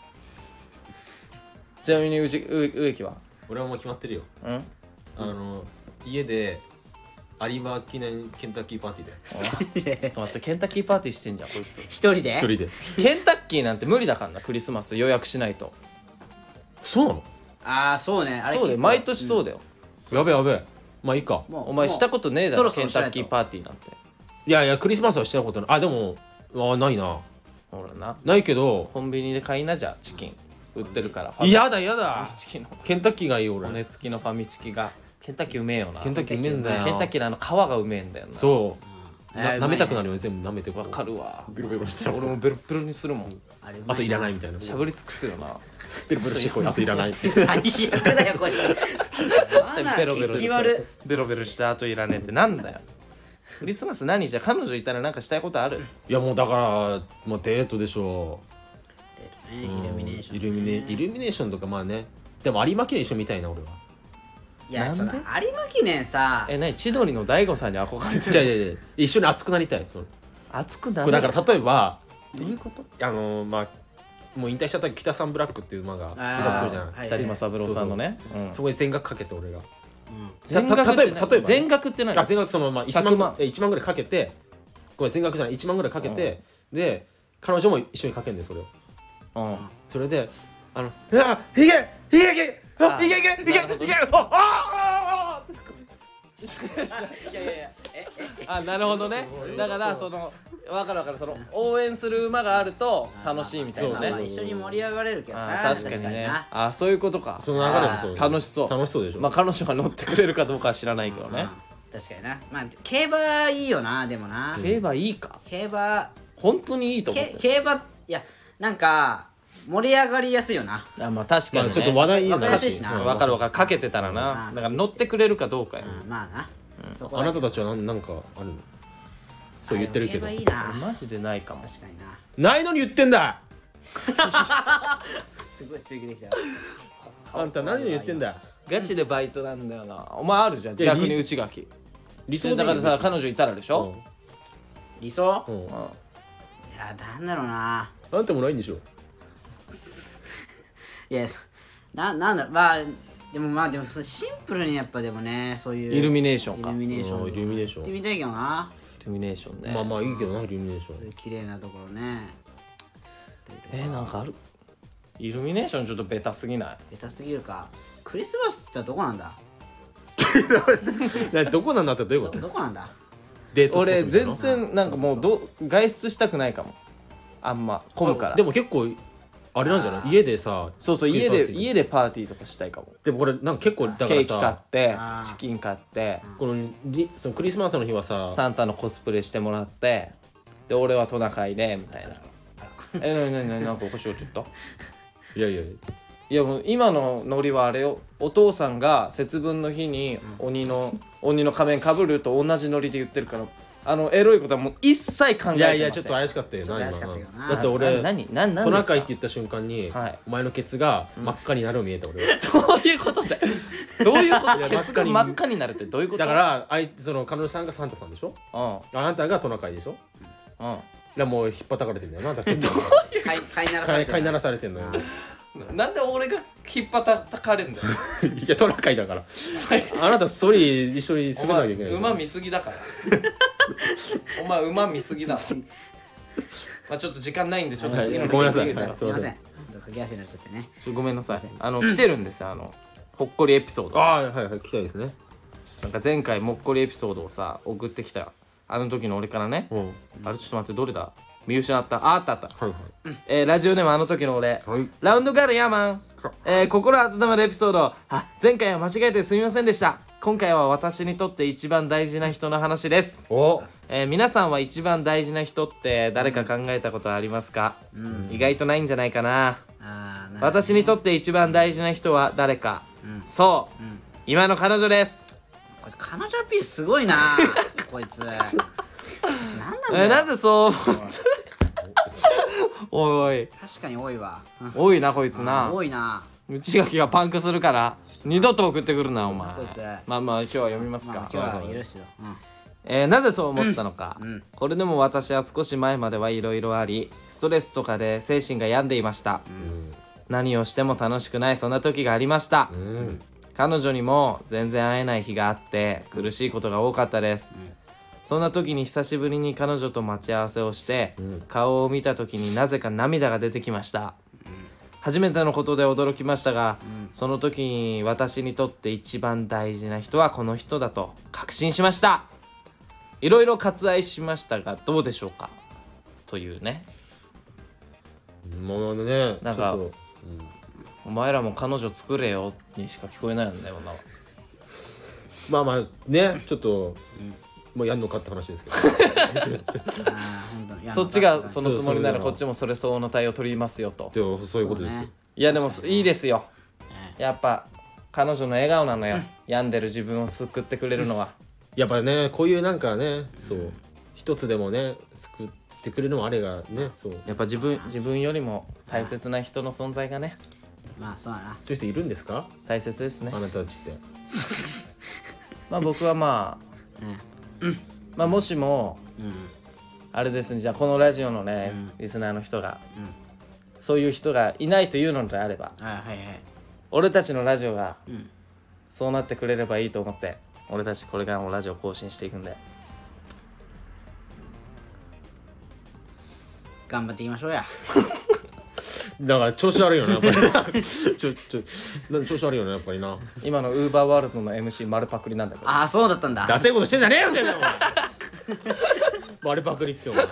ちなみにうちう植木は俺はもう決まってるよ。 うんあの家で有馬記念ケンタッキーパーティーでちょっと待ってケンタッキーパーティーしてんじゃんこいつ一人で一人で。 ケンタッキーなんて無理だからなクリスマス予約しないとそうなの？ ああそうねあれ結構そうだよ毎年そうだよ、 やべやべ。まあいいか。 もうお前したことねえだそろろそろしないとケンタッキーパーティーなんていやいやクリスマスはしたことない。あでもあないな。 ほらなないけど。 コンビニで買いなじゃチキン売ってるからファミ嫌だ嫌ファだミ。チキのケンタッキーがいい俺。 骨付きのファミチキがケンタッキーうめえよなケンタッキーうめえんだよ。 ケンタッキーのあの皮がうめえんだよなそう。なえーうまいね舐めたくなるよね全部舐めてこうわかるわベロベロして俺もベロベロにするもんあれうまあといらないみたいな。 しゃぶり尽くすよなベロベロしてこいあといらない。 最悪だよこいつベロベロ激悪ベロベロしてあといらねえってなんだよクリスマス何じゃ彼女いたらなんかしたいことあるいやもうだからまあデートでしょねう。 イルミネーション、ね、 イルミネイルミネーションとかまあね。でも有馬記念一緒見たいな俺は。 いやそのなん有馬記念さえ何千鳥の大悟さんに憧れてじゃあるじゃあじゃあ一緒に熱くなりたい。その熱くなるこれだから例えばどういうことあのー、まあもう引退しちゃった北さんブラックっていう馬がいたとするじゃん。 はい北島三郎さんのねうんそこで全額かけて俺が。 全額ってた例えば例えば全額って何あ全額そのまあいちまんひゃくまんえいちまんぐらいかけてこれ全額じゃないいちまんぐらいかけて、で彼女も一緒にかけんでそれを。 うんそれであの「うわいけいけいけああいけいけいけいけなるほどいけああああいやいやいやええあなるほどねだからその分かる分かるその応援する馬があると楽しいみたいなまあまあね一緒に盛り上がれるけどなあ確かにねなあそういうことかその流れもそうあー楽しそう楽しそうでしょ。 まあ彼女が乗ってくれるかどうかは知らないけどねうん確かになまあ競馬いいよなでもな競馬いいか競馬本当にいいと思ってけ競馬いやなんか盛り上がりやすいよなあまあ確かにねまあちょっと話題にわかりやすいしなうん分かる分かるかけてたらうなんだから乗ってくれるかどうかようんまあなそこあなだけたたちは何なんかあるの？そう言ってるけどあでも競馬いいなマジでないかも確かになないのに言ってんだ。 すごい追求できたあんた何を言ってんだ。 ガチでバイトなんだよなお前あるじゃんいや逆に内垣理想だからさ彼女いたらでしょ理想うんうんうんいやなんだろうなあんたもないんでしょ。 いやななんだろうまあでもまあでもそシンプルにやっぱでもねそういうイルミネーションかイルミネーションうんイルミネーション行ってみたいけどなイルミネーションねまあまあいいけどなイルミネーション。 綺麗なところねえー、なんかあるイルミネーションちょっとベタすぎない下手すぎるかクリスマスって言ったらどこなんだなどこなんだってどういうこどと？ どこなんだデートスポット俺みたいな全然なんかもうど外出したくないかもあんま混むからでも結構あれなんじゃなあーい？家でさそうそう家で家ででパーティーとかしたいかもでもこれなんか結構だからケーキ買っさてあーチキン買ってこのリそのクリスマスの日はさサンタのコスプレしてもらってで俺はトナカイでみたいなえなになになになんかおかしいこと言ったいやいやいやいやもう今のノリはあれよお父さんが節分の日に鬼の鬼の仮面かぶると同じノリで言ってるからあのエロいことはもう一切考えてませんいやいやちょっと怪しかったよなちょっ今と怪しかったよなだって俺何何何トナですかカイって言った瞬間にはいお前のケツが真っ赤になるの見えた俺はどういうことだよどういうこといやケツが真っ赤になるってどういうことだからあいその彼女さんがサンタさんでしょうんあなたがトナカイでしょだかうんらもう引っ叩かれてんだよなだって飼い飼いならされてる飼い飼いならされてんのよなんで俺が引っ張たたかれんだよいやトナカイだからあなたストーリー一緒にお滑らな前きゃいけない馬見すぎだからお前馬見すぎだまあちょっと時間ないんでちょっとはい次のごめんなさいレビューいいですかはいすいませんちょっと駆け足になっちゃってねちょごめんなさいあの来てるんですよあのほっこりエピソードああはいはい聞きたいですねなんか前回もっこりエピソードをさ送ってきたあの時の俺からねうんあれちょっと待ってどれだ見失ったああったあったはいはいえー、ラジオネームあの時の俺、 はいラウンドガールヤーマン、えー、心温まるエピソードあ前回は間違えてすみませんでした今回は私にとって一番大事な人の話です、 おえー、皆さんは一番大事な人って誰か考えたことありますか、 うん意外とないんじゃないかなあーなるほどね私にとって一番大事な人は誰か、 うんそう、 うん今の彼女ですこいつ彼女アピールすごいなこいつ何なんえー、 だよなぜそう思っておいおい確かに多いわ多いなこいつな多いな内垣がパンクするから二度と送ってくるなお前こいつまあまあ今日は読みますか、 まあ今日は許すよ、うんえーなぜそう思ったのか、 うんうんこれでも私は少し前まではいろいろありストレスとかで精神が病んでいました、何をしても楽しくないそんな時がありました、 うん彼女にも全然会えない日があって苦しいことが多かったです、そんな時に久しぶりに彼女と待ち合わせをして、顔を見た時になぜか涙が出てきました、初めてのことで驚きましたが、その時に私にとって一番大事な人はこの人だと確信しました。いろいろ割愛しましたがどうでしょうかというね。 もうねなんかちょっとお前らも彼女作れよにしか聞こえないよね女は。 まあまあねちょっともうやんのかって話ですけどあー本当にいやそっちがそのつもりならそうそうこっちもそれ相応の対応取りますよと。 でもそういうことですよそうねいやでもいいですよねやっぱ彼女の笑顔なのよ、病んでる自分を救ってくれるのは。 やっぱねこういうなんかねそう一つでもね救ってくれるのもあれがねそうやっぱ自分自分よりも大切な人の存在がねまあそうだなそういう人いるんですか大切ですねあ。なたたちってまあ僕はまあねまあもしもうんあれですねじゃあこのラジオのね、リスナーの人が、そういう人がいないというのであればあはいはい俺たちのラジオがうんそうなってくれればいいと思って俺たちこれからもラジオ更新していくんで頑張っていきましょうやだから調子悪いよねやっぱりちょちょなん調子悪いよねやっぱりな今のウーバーワールドの エムシー 丸パクリなんだけどああそうだったんだダセいことしてんじゃねえよってお前割れパクリってお前まあ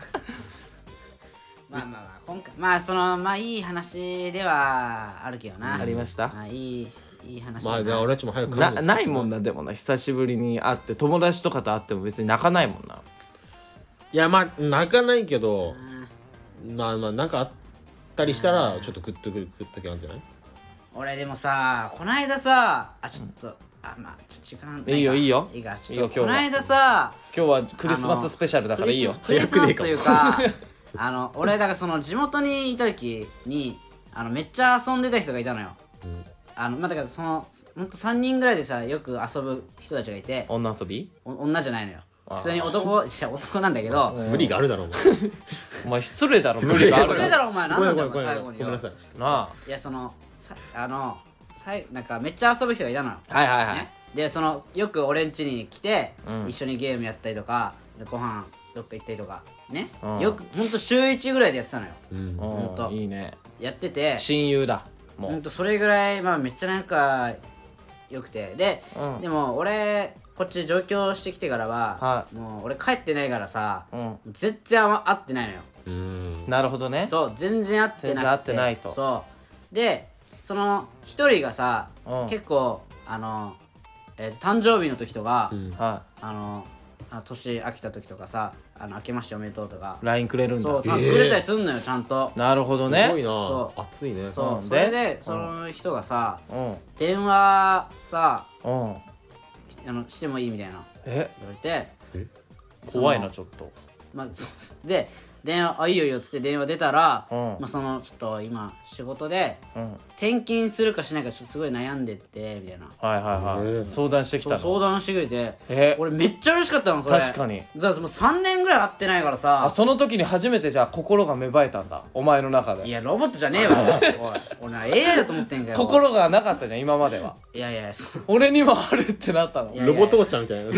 まあまあ今回まあそのまあいい話ではあるけどなありましたまあいいいい話まあじゃあ俺たちも早くなないもんなでもな久しぶりに会って友達とかと会っても別に泣かないもんな。 いやまあ泣かないけどまあまあなんかあったりしたらちょっとグッとくるグッときあるんじゃない俺でもさこの間さあちょっと、あまあちょっと時間ないかいいよいいよいいかちいいよょっとこの間さ今日はクリスマススペシャルだからいいよ。 クリスマスというかあの俺だからその地元にいた時にあのめっちゃ遊んでた人がいたのよ、あのまあだからそのほんとさんにんぐらいでさよく遊ぶ人たちがいて女遊びお女じゃないのよあー普通に男いや男なんだけど無理があるだろうお前お前失礼だろ無理があるそれだろお前ごめ何なんんだごめんごめんよお前最後によごめんなさいなあいやそのさあのさいなんかめっちゃ遊ぶ人がいたのよ、 はいはいはい、 ね、でそのよく俺ん家に来て、 うん一緒にゲームやったりとかご飯どっか行ったりとかね、 うんよくほんと週いちぐらいでやってたのようんうんほんといいねやってて親友だもう、 ほんとそれぐらいまあめっちゃなんかよくてで、 うんでも俺こっち上京してきてからは、 はもう俺帰ってないからさ、 うん全然会ってないのようんなるほどねそう全然会ってなくて全然会ってないとそうでその一人がさ、 うん結構あの、えー誕生日の時とか、 うんはあのあ年明けた時とかさあの明けましておめでとうとかい ライン くれるんだそう、 えーくれたりすんのよちゃんとなるほどすごいねなそう熱いねそう、 うんそれででその人がさうん電話さうんあのしてもいいみたいなえ言われてえ怖いそのなちょっとまあ、そうで電話あいいよいいよっつって電話出たら、 うんまあ、そのちょっと今仕事でうん転勤するかしないかちょっとすごい悩んでってみたいなはいはいはい、 えー相談してきたのそう相談してくれてえ俺めっちゃ嬉しかったのそれ確かにだからもうさんねんぐらい会ってないからさあその時に初めてじゃあ心が芽生えたんだお前の中でいやロボットじゃねえわおい俺な エーアイ だと思ってんかよ心がなかったじゃん今まではいやいやそ俺にもあるってなったのいやロボ父ちゃんみたいな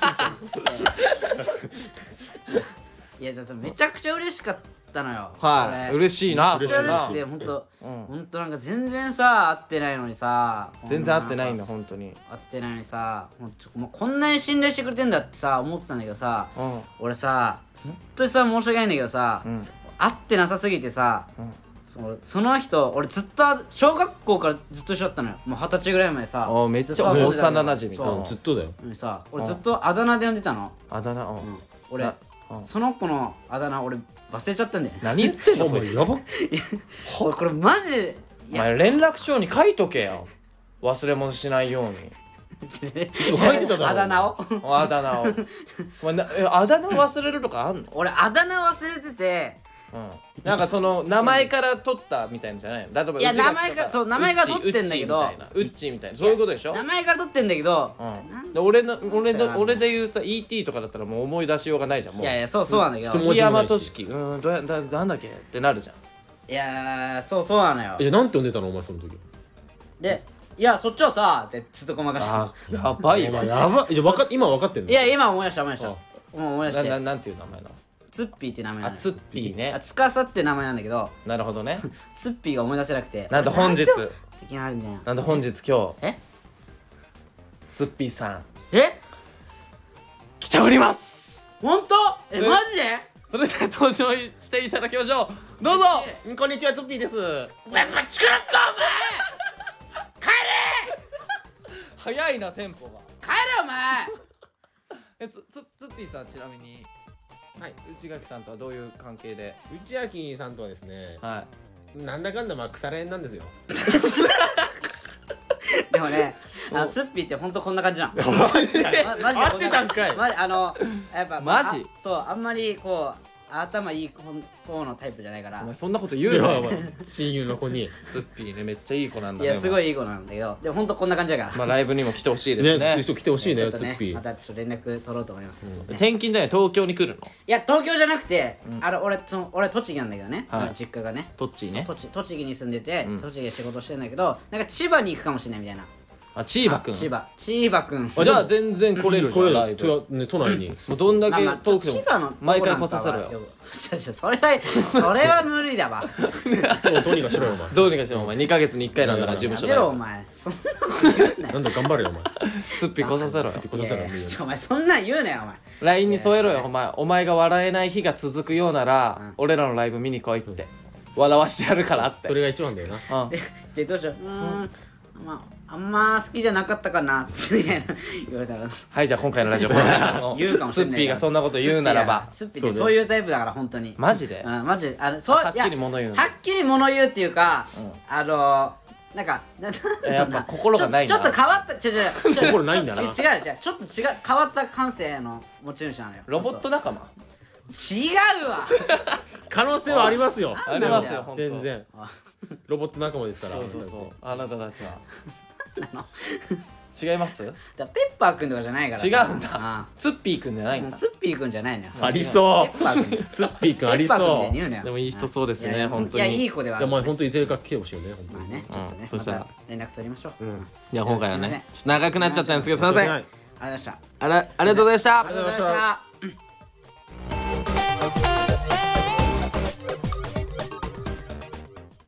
いやだってめちゃくちゃ嬉しかったのよはいそれ嬉しいなめっちゃそれな嬉しくてほんとうんほんとなんか全然さ会ってないのにさ全然合ってないんだだ本当に会ってないのにさもうちょもうこんなに信頼してくれてんだってさ思ってたんだけどさうん俺さ本当にさ申し訳ないんだけどさ、 うん会ってなさすぎてさ、 うんそのその人俺ずっと小学校からずっと一緒だったのよもう二十歳ぐらいまでさあめっちゃずと遊んでたの幼馴染そうずっとだようんさ俺ずっとあだ名で呼んでたの、 あだ名うんうん、俺なうんその子のあだ名俺忘れちゃったんだよね何言ってんのお前やばっ俺これマジでお前連絡帳に書いとけよ忘れ物しないようにいつも書いてただろあだ名をあだ名をお前なえあだ名忘れるとかあんの俺あだ名忘れててうんなんかその名前から取ったみたいなんじゃないの例えばいや内垣と名前からそう名前から取ってんだけどウッチーみたいなウッチーみたいなそういうことでしょ名前から取ってんだけど、 うんなんで俺の俺の俺で言うさ イーティー とかだったらもう思い出しようがないじゃんもういやいやそうそうなんだけどす杉山俊樹うーんどうやだなんだっけってなるじゃんいやーそうそうなのよえじゃあなんて呼んでたのお前その時でいやそっちはさってずっとごまかしてあやばいお前わやばいじゃあわか今分かってんのいや今思い出した思い出したあもう思い出してなななんていう名前なのツッピーって名前なのよあツッピーねあつかさって名前なんだけどなるほどねツッピーが思い出せなくてなんで本日的なみたいななんで本日今日えツッピーさんえ来ております本当えつマジでそれでは登場していただきましょうどうぞこんにちはツッピーですお前こっち来るぞお前帰早いなテンポがれ帰れお前えつつツッピーさんちなみにはい内垣さんとはどういう関係で内垣さんとはですねはなんだかんだまあ腐れ縁なんですよでもねあのツッピーってほんとこんな感じなんマジでまマジで合ってたんかいマジあのやっぱマジあそうあんまりこう頭いい方のタイプじゃないからいお前そんなこと言いうやなお前親友の子にツッピーねめっちゃいい子なんだいねいやすごいいい子なんだけどでもほんとこんな感じだからまあライブにも来てほしいですねそういうね人来てほしいちょっとねねツッピーまたちょっと連絡取ろうと思います、ね転勤だよね東京に来るのいや東京じゃなくて、あの俺その俺栃木なんだけどね、 はい実家がねトッチーね栃栃木に住んでて、 うん栃木で仕事してるんだけどなんか千葉に行くかもしれないみたいなあチーバくん千葉千葉くんあじゃあ全然来れるじこれゃんライブとね都内にもうどんだけまあまあ遠くて千葉のも毎回来させろよよちょちょそれはそれは無理だわもうどうにかしろよお前どうにかしてもお前にかげつにいっかいなんだから事務所やめろおライ前そんなこと言うなよなんだ頑張れよお前ブツッピー来させろよ来させろよいやいやちょお前そんなん言うなよお前ライン に添えろよお前お前が笑えない日が続くようならうん俺らのライブ見に来いって笑わしてやるからってそれが一番だよなうんででどうしよううーんまああんま好きじゃなかったかなみたいな言われたらはいじゃあ今回のラジオこれ言うかもしれないツッピーがそんなこと言うならばツッピーってそういうタイプだから本当にマジでうんマジであのそうはっきりいや物言うのはっきり物言うっていうか、 うんあのなんかなえやっぱ心がないなちょちょっと変わったちょちょちょ心ないんだなちょ違う違うちょっと違う変わった感性の持ち主なのよロボット仲間違うわ可能性はありますよありますよ本当全然ロボット仲間ですからそうそうそうあなたたちは違いますだからペッパーくんとかじゃないからさ違うんだあツッピーくんじゃないんあだツッピーくんじゃないのよありそうペッパーくんツッピーくんありペッパーくんみたそいうに言うなよでもいい人そうですねいや本当にいやいい子ではあるじゃあまあ本当いずれか来てほしいよね本当にまあねちょっとね、 うんそしたらまた連絡取りましょう、うんじゃあ今回はねすいませんちょっと長くなっちゃったんですけどすいませんあはいありがとうございましたらありがとうございましたありがとうございました